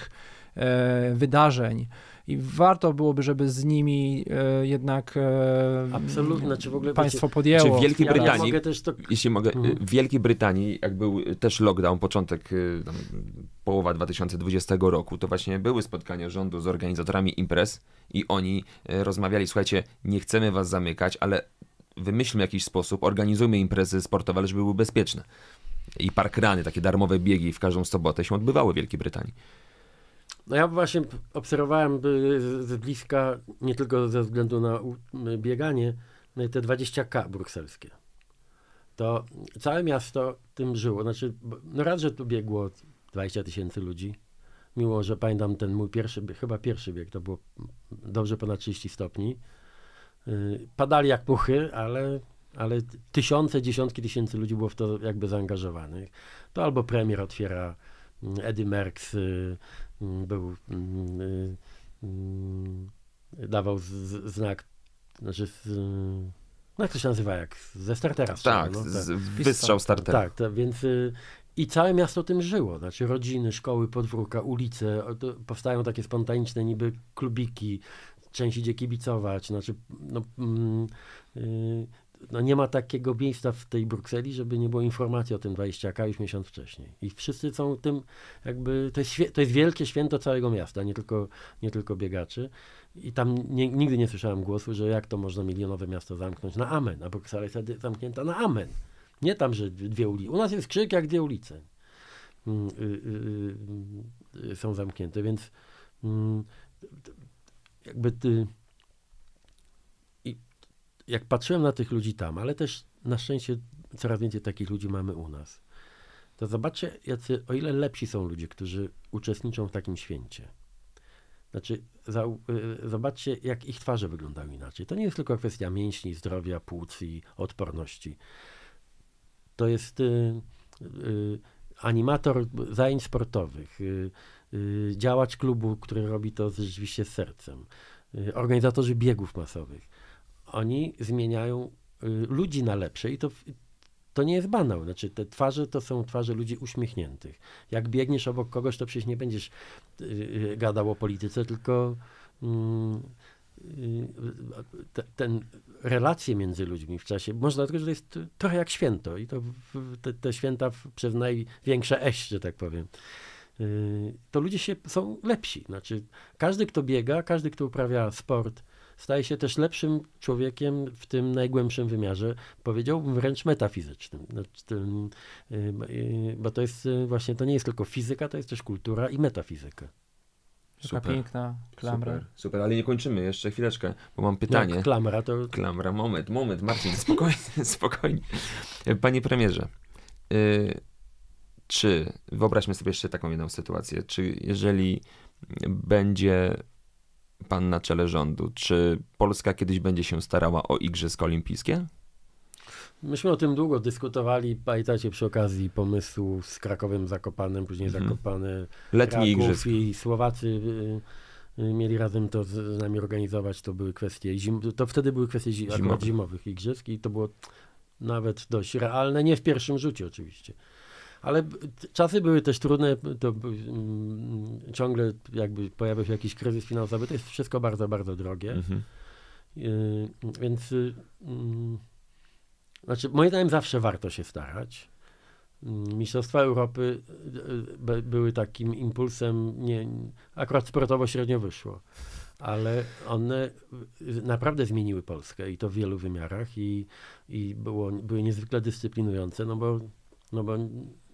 e, wydarzeń. I warto byłoby, żeby z nimi e, jednak e, Absolutnie, znaczy w ogóle państwo wiecie, podjęło. Czy w Wielkiej Ja- ja Brytanii, mogę też to- jeśli mogę, Mhm. w Wielkiej Brytanii, jak był też lockdown, początek, y, tam, połowa dwa tysiące dwudziestego roku, to właśnie były spotkania rządu z organizatorami imprez i oni y, rozmawiali, słuchajcie, nie chcemy was zamykać, ale wymyślmy jakiś sposób, organizujmy imprezy sportowe, ale żeby były bezpieczne. I parkrany, takie darmowe biegi w każdą sobotę się odbywały w Wielkiej Brytanii. No ja właśnie obserwowałem y, z z bliska, nie tylko ze względu na u- bieganie, no i te dwadzieścia K brukselskie. To całe miasto tym żyło. Znaczy, bo- no raz, że tu biegło dwadzieścia tysięcy ludzi, mimo że pamiętam ten mój pierwszy bieg, chyba pierwszy bieg, to było dobrze ponad trzydzieści stopni. Y, Padali jak muchy, ale, ale tysiące, dziesiątki tysięcy ludzi było w to jakby zaangażowanych. To albo premier otwiera, mm, Eddie Merckx y, mm, był, mm, y, mm, dawał z, z, znak, znaczy, z, no jak to się nazywa, jak ze startera strzelał, Tak, no, z, wystrzał startera. tak, to, więc y, i całe miasto tym żyło, znaczy rodziny, szkoły, podwórka, ulice, o, to powstają takie spontaniczne niby klubiki, część idzie kibicować, znaczy no, mm, y, no nie ma takiego miejsca w tej Brukseli, żeby nie było informacji o tym dwadzieścia K już miesiąc wcześniej. I wszyscy są tym jakby, to jest, świe- to jest wielkie święto całego miasta, nie tylko, nie tylko biegaczy. I tam nie, nigdy nie słyszałem głosu, że jak to można milionowe miasto zamknąć na amen, a Bruksela jest wtedy zamknięta na amen. Nie tam, że dwie ulice. U nas jest krzyk jak dwie ulice mm, y, y, y, są zamknięte, więc mm, jakby ty, i jak patrzyłem na tych ludzi tam, ale też na szczęście coraz więcej takich ludzi mamy u nas, to zobaczcie, jacy, o ile lepsi są ludzie, którzy uczestniczą w takim święcie. Znaczy, za, y, zobaczcie, jak ich twarze wyglądają inaczej. To nie jest tylko kwestia mięśni, zdrowia, płuc i odporności. To jest y, y, animator zajęć sportowych, y, y, działacz klubu, który robi to rzeczywiście z sercem, y, organizatorzy biegów masowych. Oni zmieniają y, ludzi na lepsze i to, to nie jest banał. Znaczy, te twarze to są twarze ludzi uśmiechniętych. Jak biegniesz obok kogoś, to przecież nie będziesz y, y, gadał o polityce, tylko mm, te, ten relacje między ludźmi w czasie, można tylko, że to jest trochę jak święto i to w, te, te święta w, przez największe eś, że tak powiem, yy, to ludzie się są lepsi. Znaczy, każdy, kto biega, każdy, kto uprawia sport, staje się też lepszym człowiekiem w tym najgłębszym wymiarze, powiedziałbym wręcz metafizycznym. Znaczy, tym, yy, yy, bo to jest yy, właśnie, to nie jest tylko fizyka, to jest też kultura i metafizyka. Taka piękna klamra. Super, super, ale nie kończymy, jeszcze chwileczkę, bo mam pytanie. Jak klamra, to... Klamra, moment, moment, Marcin, spokojnie, spokojnie. Panie premierze, y, czy, wyobraźmy sobie jeszcze taką jedną sytuację, czy jeżeli będzie pan na czele rządu, czy Polska kiedyś będzie się starała o Igrzyska Olimpijskie? Myśmy o tym długo dyskutowali, pamiętacie, przy okazji pomysłu z Krakowem Zakopanem, później Mhm. Zakopane, Letnie Kraków Igrzyska. i Słowacy y, y, mieli razem to z, z nami organizować, to były kwestie, zim, to wtedy były kwestie zi, Zimowe. akurat zimowych igrzysk i to było nawet dość realne, nie w pierwszym rzucie oczywiście. Ale b- t- czasy były też trudne, to by, mm, ciągle jakby pojawiał się jakiś kryzys finansowy, to jest wszystko bardzo, bardzo drogie. Mhm. Y, więc y, mm, znaczy, moim zdaniem zawsze warto się starać. Mm, Mistrzostwa Europy y, by, były takim impulsem, nie, akurat sportowo średnio wyszło, ale one y, naprawdę zmieniły Polskę i to w wielu wymiarach i, i było, były niezwykle dyscyplinujące, no bo, no bo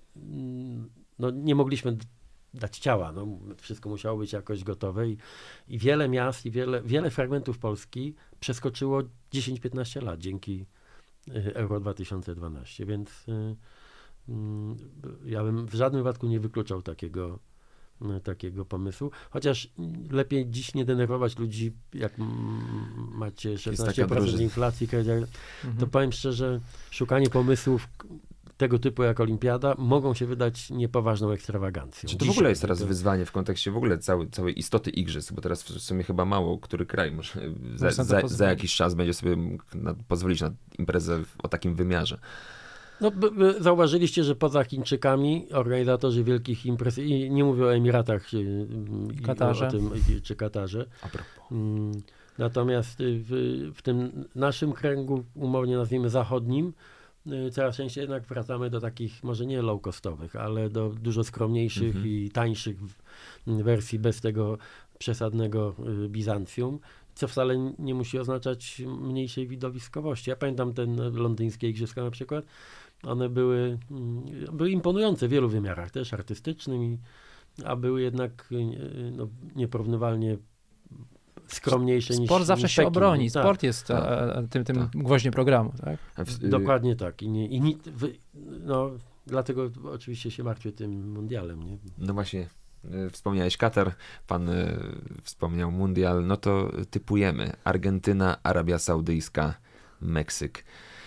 mm, no nie mogliśmy d- dać ciała, no, wszystko musiało być jakoś gotowe i, i wiele miast i wiele, wiele fragmentów Polski przeskoczyło dziesięć piętnaście lat dzięki y, Euro dwa tysiące dwanaście, więc y, mm, ja bym w żadnym wypadku nie wykluczał takiego, y, takiego pomysłu, chociaż lepiej dziś nie denerwować ludzi, jak mm, macie szesnaście procent drużyna. inflacji, to Mhm. powiem szczerze, szukanie pomysłów k- tego typu jak olimpiada mogą się wydać niepoważną ekstrawagancją. Czy to w ogóle jest teraz wyzwanie w kontekście w ogóle całej, całej istoty igrzysk, bo teraz w sumie chyba mało, który kraj może za, Można to za, za pozwolić. jakiś czas będzie sobie mógł na, pozwolić na imprezę w, o takim wymiarze. No, b, b, zauważyliście, że poza Chińczykami organizatorzy wielkich imprez, i nie mówię o Emiratach czy Katarze. O tym, czy Katarze. A propos. Mm, natomiast w, w tym naszym kręgu, umownie nazwijmy zachodnim, coraz częściej jednak wracamy do takich, może nie low-costowych, ale do dużo skromniejszych Mhm. i tańszych wersji bez tego przesadnego Bizancjum, co wcale nie musi oznaczać mniejszej widowiskowości. Ja pamiętam ten londyńskie igrzyska na przykład. One były, były imponujące w wielu wymiarach, też artystycznym, i, a były jednak no, nieporównywalnie skromniejsze niż Sport zawsze niż się Pekin. obroni. Tak. Sport jest tak, e, tym, tym tak. gwoździem programu, tak? W- Dokładnie tak. I, nie, i ni, wy, no, dlatego oczywiście się martwię tym mundialem. Nie? No właśnie, y, wspomniałeś Katar, pan y, wspomniał mundial, no to typujemy Argentyna, Arabia Saudyjska, Meksyk.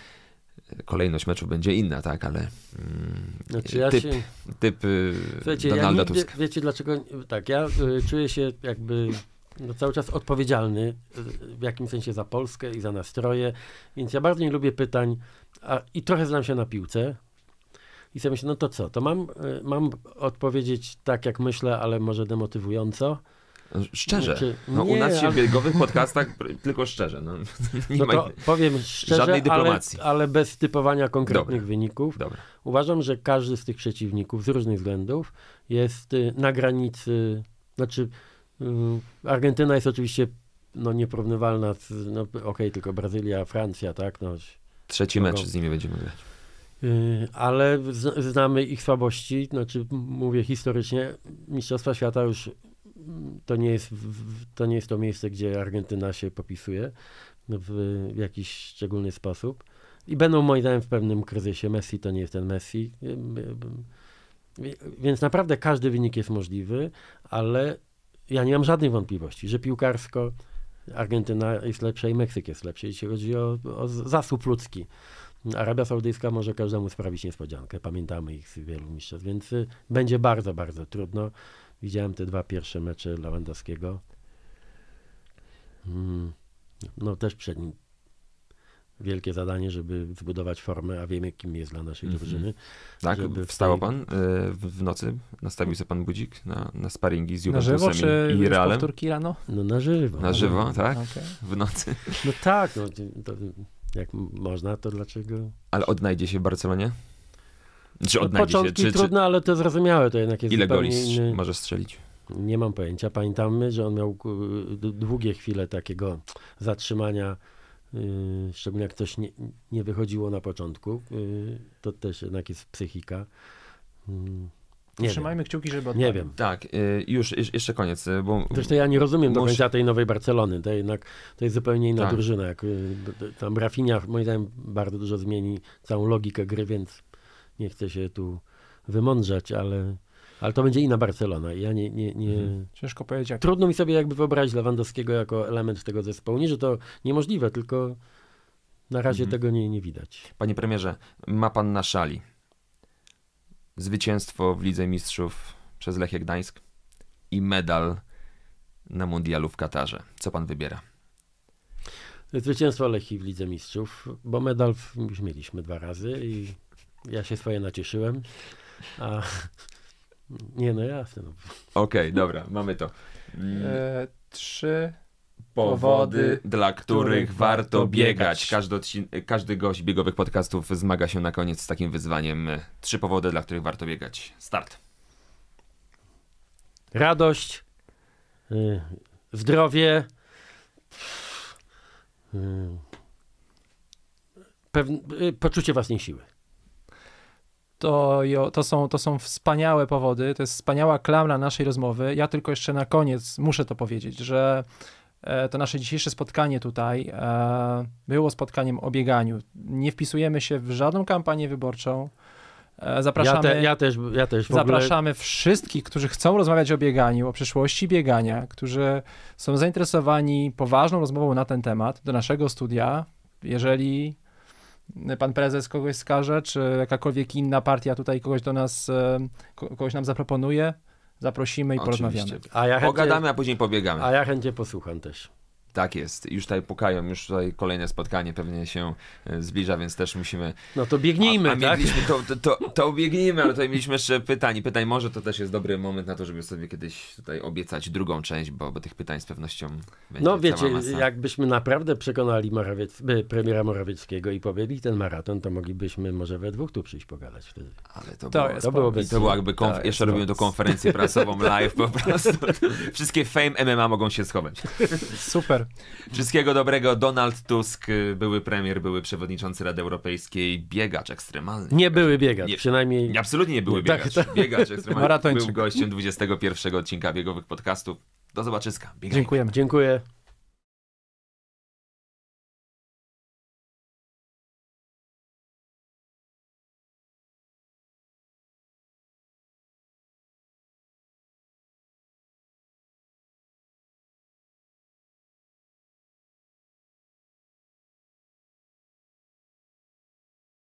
Kolejność meczu będzie inna, tak, ale mm, Znaczy ja typ, się, typ y, słuchajcie, Donalda ja nigdy, Tuska. wiecie dlaczego, tak, ja y, czuję się jakby no, cały czas odpowiedzialny y, w jakimś sensie za Polskę i za nastroje, więc ja bardzo nie lubię pytań, a, i trochę znam się na piłce. I sobie myślę, no to co, to mam, y, mam odpowiedzieć tak, jak myślę, ale może demotywująco. Szczerze, Czy- no, u nie, nas się ale- w biegowych podcastach pr- tylko szczerze, no, nie No ma... to powiem szczerze, żadnej ale, dyplomacji. ale bez typowania konkretnych Dobra. wyników. Dobra. Uważam, że każdy z tych przeciwników z różnych względów jest y, na granicy, znaczy y, Argentyna jest oczywiście no, nieporównywalna, z, no okej, tylko Brazylia, Francja, tak, no, Trzeci Mogą. mecz z nimi będziemy grać. y, ale z, znamy ich słabości, znaczy m- mówię historycznie, Mistrzostwa Świata już mm, to nie jest, w, w- to nie jest to miejsce, gdzie Argentyna się popisuje w, w jakiś szczególny sposób. I będą moim zdaniem w pewnym kryzysie. Messi to nie jest ten Messi. Y, y, y, Więc naprawdę każdy wynik jest możliwy, ale ja nie mam żadnych wątpliwości, że piłkarsko Argentyna jest lepsza i Meksyk jest lepszy, jeśli chodzi o, o zasób ludzki. Arabia Saudyjska może każdemu sprawić niespodziankę. Pamiętamy ich z wielu mistrzostw, więc y, będzie bardzo, bardzo trudno. Widziałem te dwa pierwsze mecze Lewandowskiego. Mm, no też przed nim wielkie zadanie, żeby zbudować formę, a wiemy, kim jest dla naszej Mhm. drużyny. Tak, Żeby w wstał tej- pan y, w w nocy, nastawił sobie pan budzik na, na sparingi z Na żywo, Juventusem czy i, i już Realem? powtórki rano? No na żywo. Na żywo, tak? Okej. W nocy. No tak, no, to, jak m- można, to dlaczego? Ale odnajdzie się w Barcelonie? Czy No, odnajdzie się? początki Czy, czy, trudne, ale to zrozumiałe, to jednak jest ile zupełnie goli strz- inny... może strzelić? Nie mam pojęcia. Pamiętamy, że on miał y, d- długie chwile takiego zatrzymania, y, szczególnie jak coś nie, nie wychodziło na początku. Y, to też jednak jest psychika. Y, nie Trzymajmy kciuki, żeby wiem. odpalił. Nie wiem. Tak, y, już jeż- jeszcze koniec, y, bo Zresztą ja nie rozumiem do Muszę- końca tej nowej Barcelony. To jednak to jest zupełnie inna Tak. drużyna. Jak, y, d- d- tam Rafinha moim zdaniem bardzo dużo zmieni całą logikę gry, więc nie chcę się tu wymądrzać, ale, ale to będzie inna Barcelona. I ja nie... nie, nie Mhm. Ciężko powiedzieć, jak. Trudno mi sobie jakby wyobrazić Lewandowskiego jako element tego zespołu. Nie, że to niemożliwe, tylko na razie Mhm. tego nie, nie widać. panie premierze, ma pan na szali zwycięstwo w Lidze Mistrzów przez Lechię Gdańsk i medal na mundialu w Katarze. Co pan wybiera? Zwycięstwo Lechii w Lidze Mistrzów, bo medal w- już mieliśmy dwa razy i ja się swoje nacieszyłem. A nie, no jasne. No. Okej, dobra, mamy to. Mm, E, trzy. Powody, dla których których warto warto biegać. biegać. Każdy, odcin- każdy gość biegowych podcastów zmaga się na koniec z takim wyzwaniem. Trzy powody, dla których warto biegać. Start. Radość, y, zdrowie, y, pewne, y, poczucie własnej siły. To, jo- to, są, to są wspaniałe powody, to jest wspaniała klamra naszej rozmowy. Ja tylko jeszcze na koniec muszę to powiedzieć, że e, to nasze dzisiejsze spotkanie tutaj e, było spotkaniem o bieganiu. Nie wpisujemy się w żadną kampanię wyborczą. E, zapraszamy, Ja, te, ja też, ja też w ogóle... zapraszamy wszystkich, którzy chcą rozmawiać o bieganiu, o przyszłości biegania, którzy są zainteresowani poważną rozmową na ten temat, do naszego studia. Jeżeli pan prezes kogoś wskaże, czy jakakolwiek inna partia tutaj kogoś do nas, e, ko- kogoś nam zaproponuje, zaprosimy i Oczywiście. porozmawiamy. A ja chętnie, Pogadamy, a później pobiegamy. a ja chętnie posłucham też. Tak jest. Już tutaj pukają, już tutaj kolejne spotkanie pewnie się e, zbliża, więc też musimy... No to biegnijmy, a, a tak? Mieliśmy, to, to, to, to biegnijmy, ale tutaj mieliśmy jeszcze pytań. I pytań może to też jest dobry moment na to, żeby sobie kiedyś tutaj obiecać drugą część, bo, bo tych pytań z pewnością będzie No wiecie, cała masa. jakbyśmy naprawdę przekonali Morawiec, by, premiera Morawieckiego i pobiegli ten maraton, to moglibyśmy może we dwóch tu przyjść pogadać wtedy. Ale to, To było, jest to byłoby... to było jakby konf- to jeszcze jest robimy tu konferencję prasową live po prostu. Wszystkie fame M M A mogą się schować. Super. Wszystkiego dobrego. Donald Tusk, były premier, były przewodniczący Rady Europejskiej, biegacz ekstremalny. Nie były biegać, Nie, przynajmniej... Absolutnie nie były Tak, biegacz. tak. Biegacz ekstremalny. Maratończyk. Był gościem dwudziestego pierwszego odcinka biegowych podcastów. Do zobaczyska. Biegajmy. Dziękujemy. Dziękuję.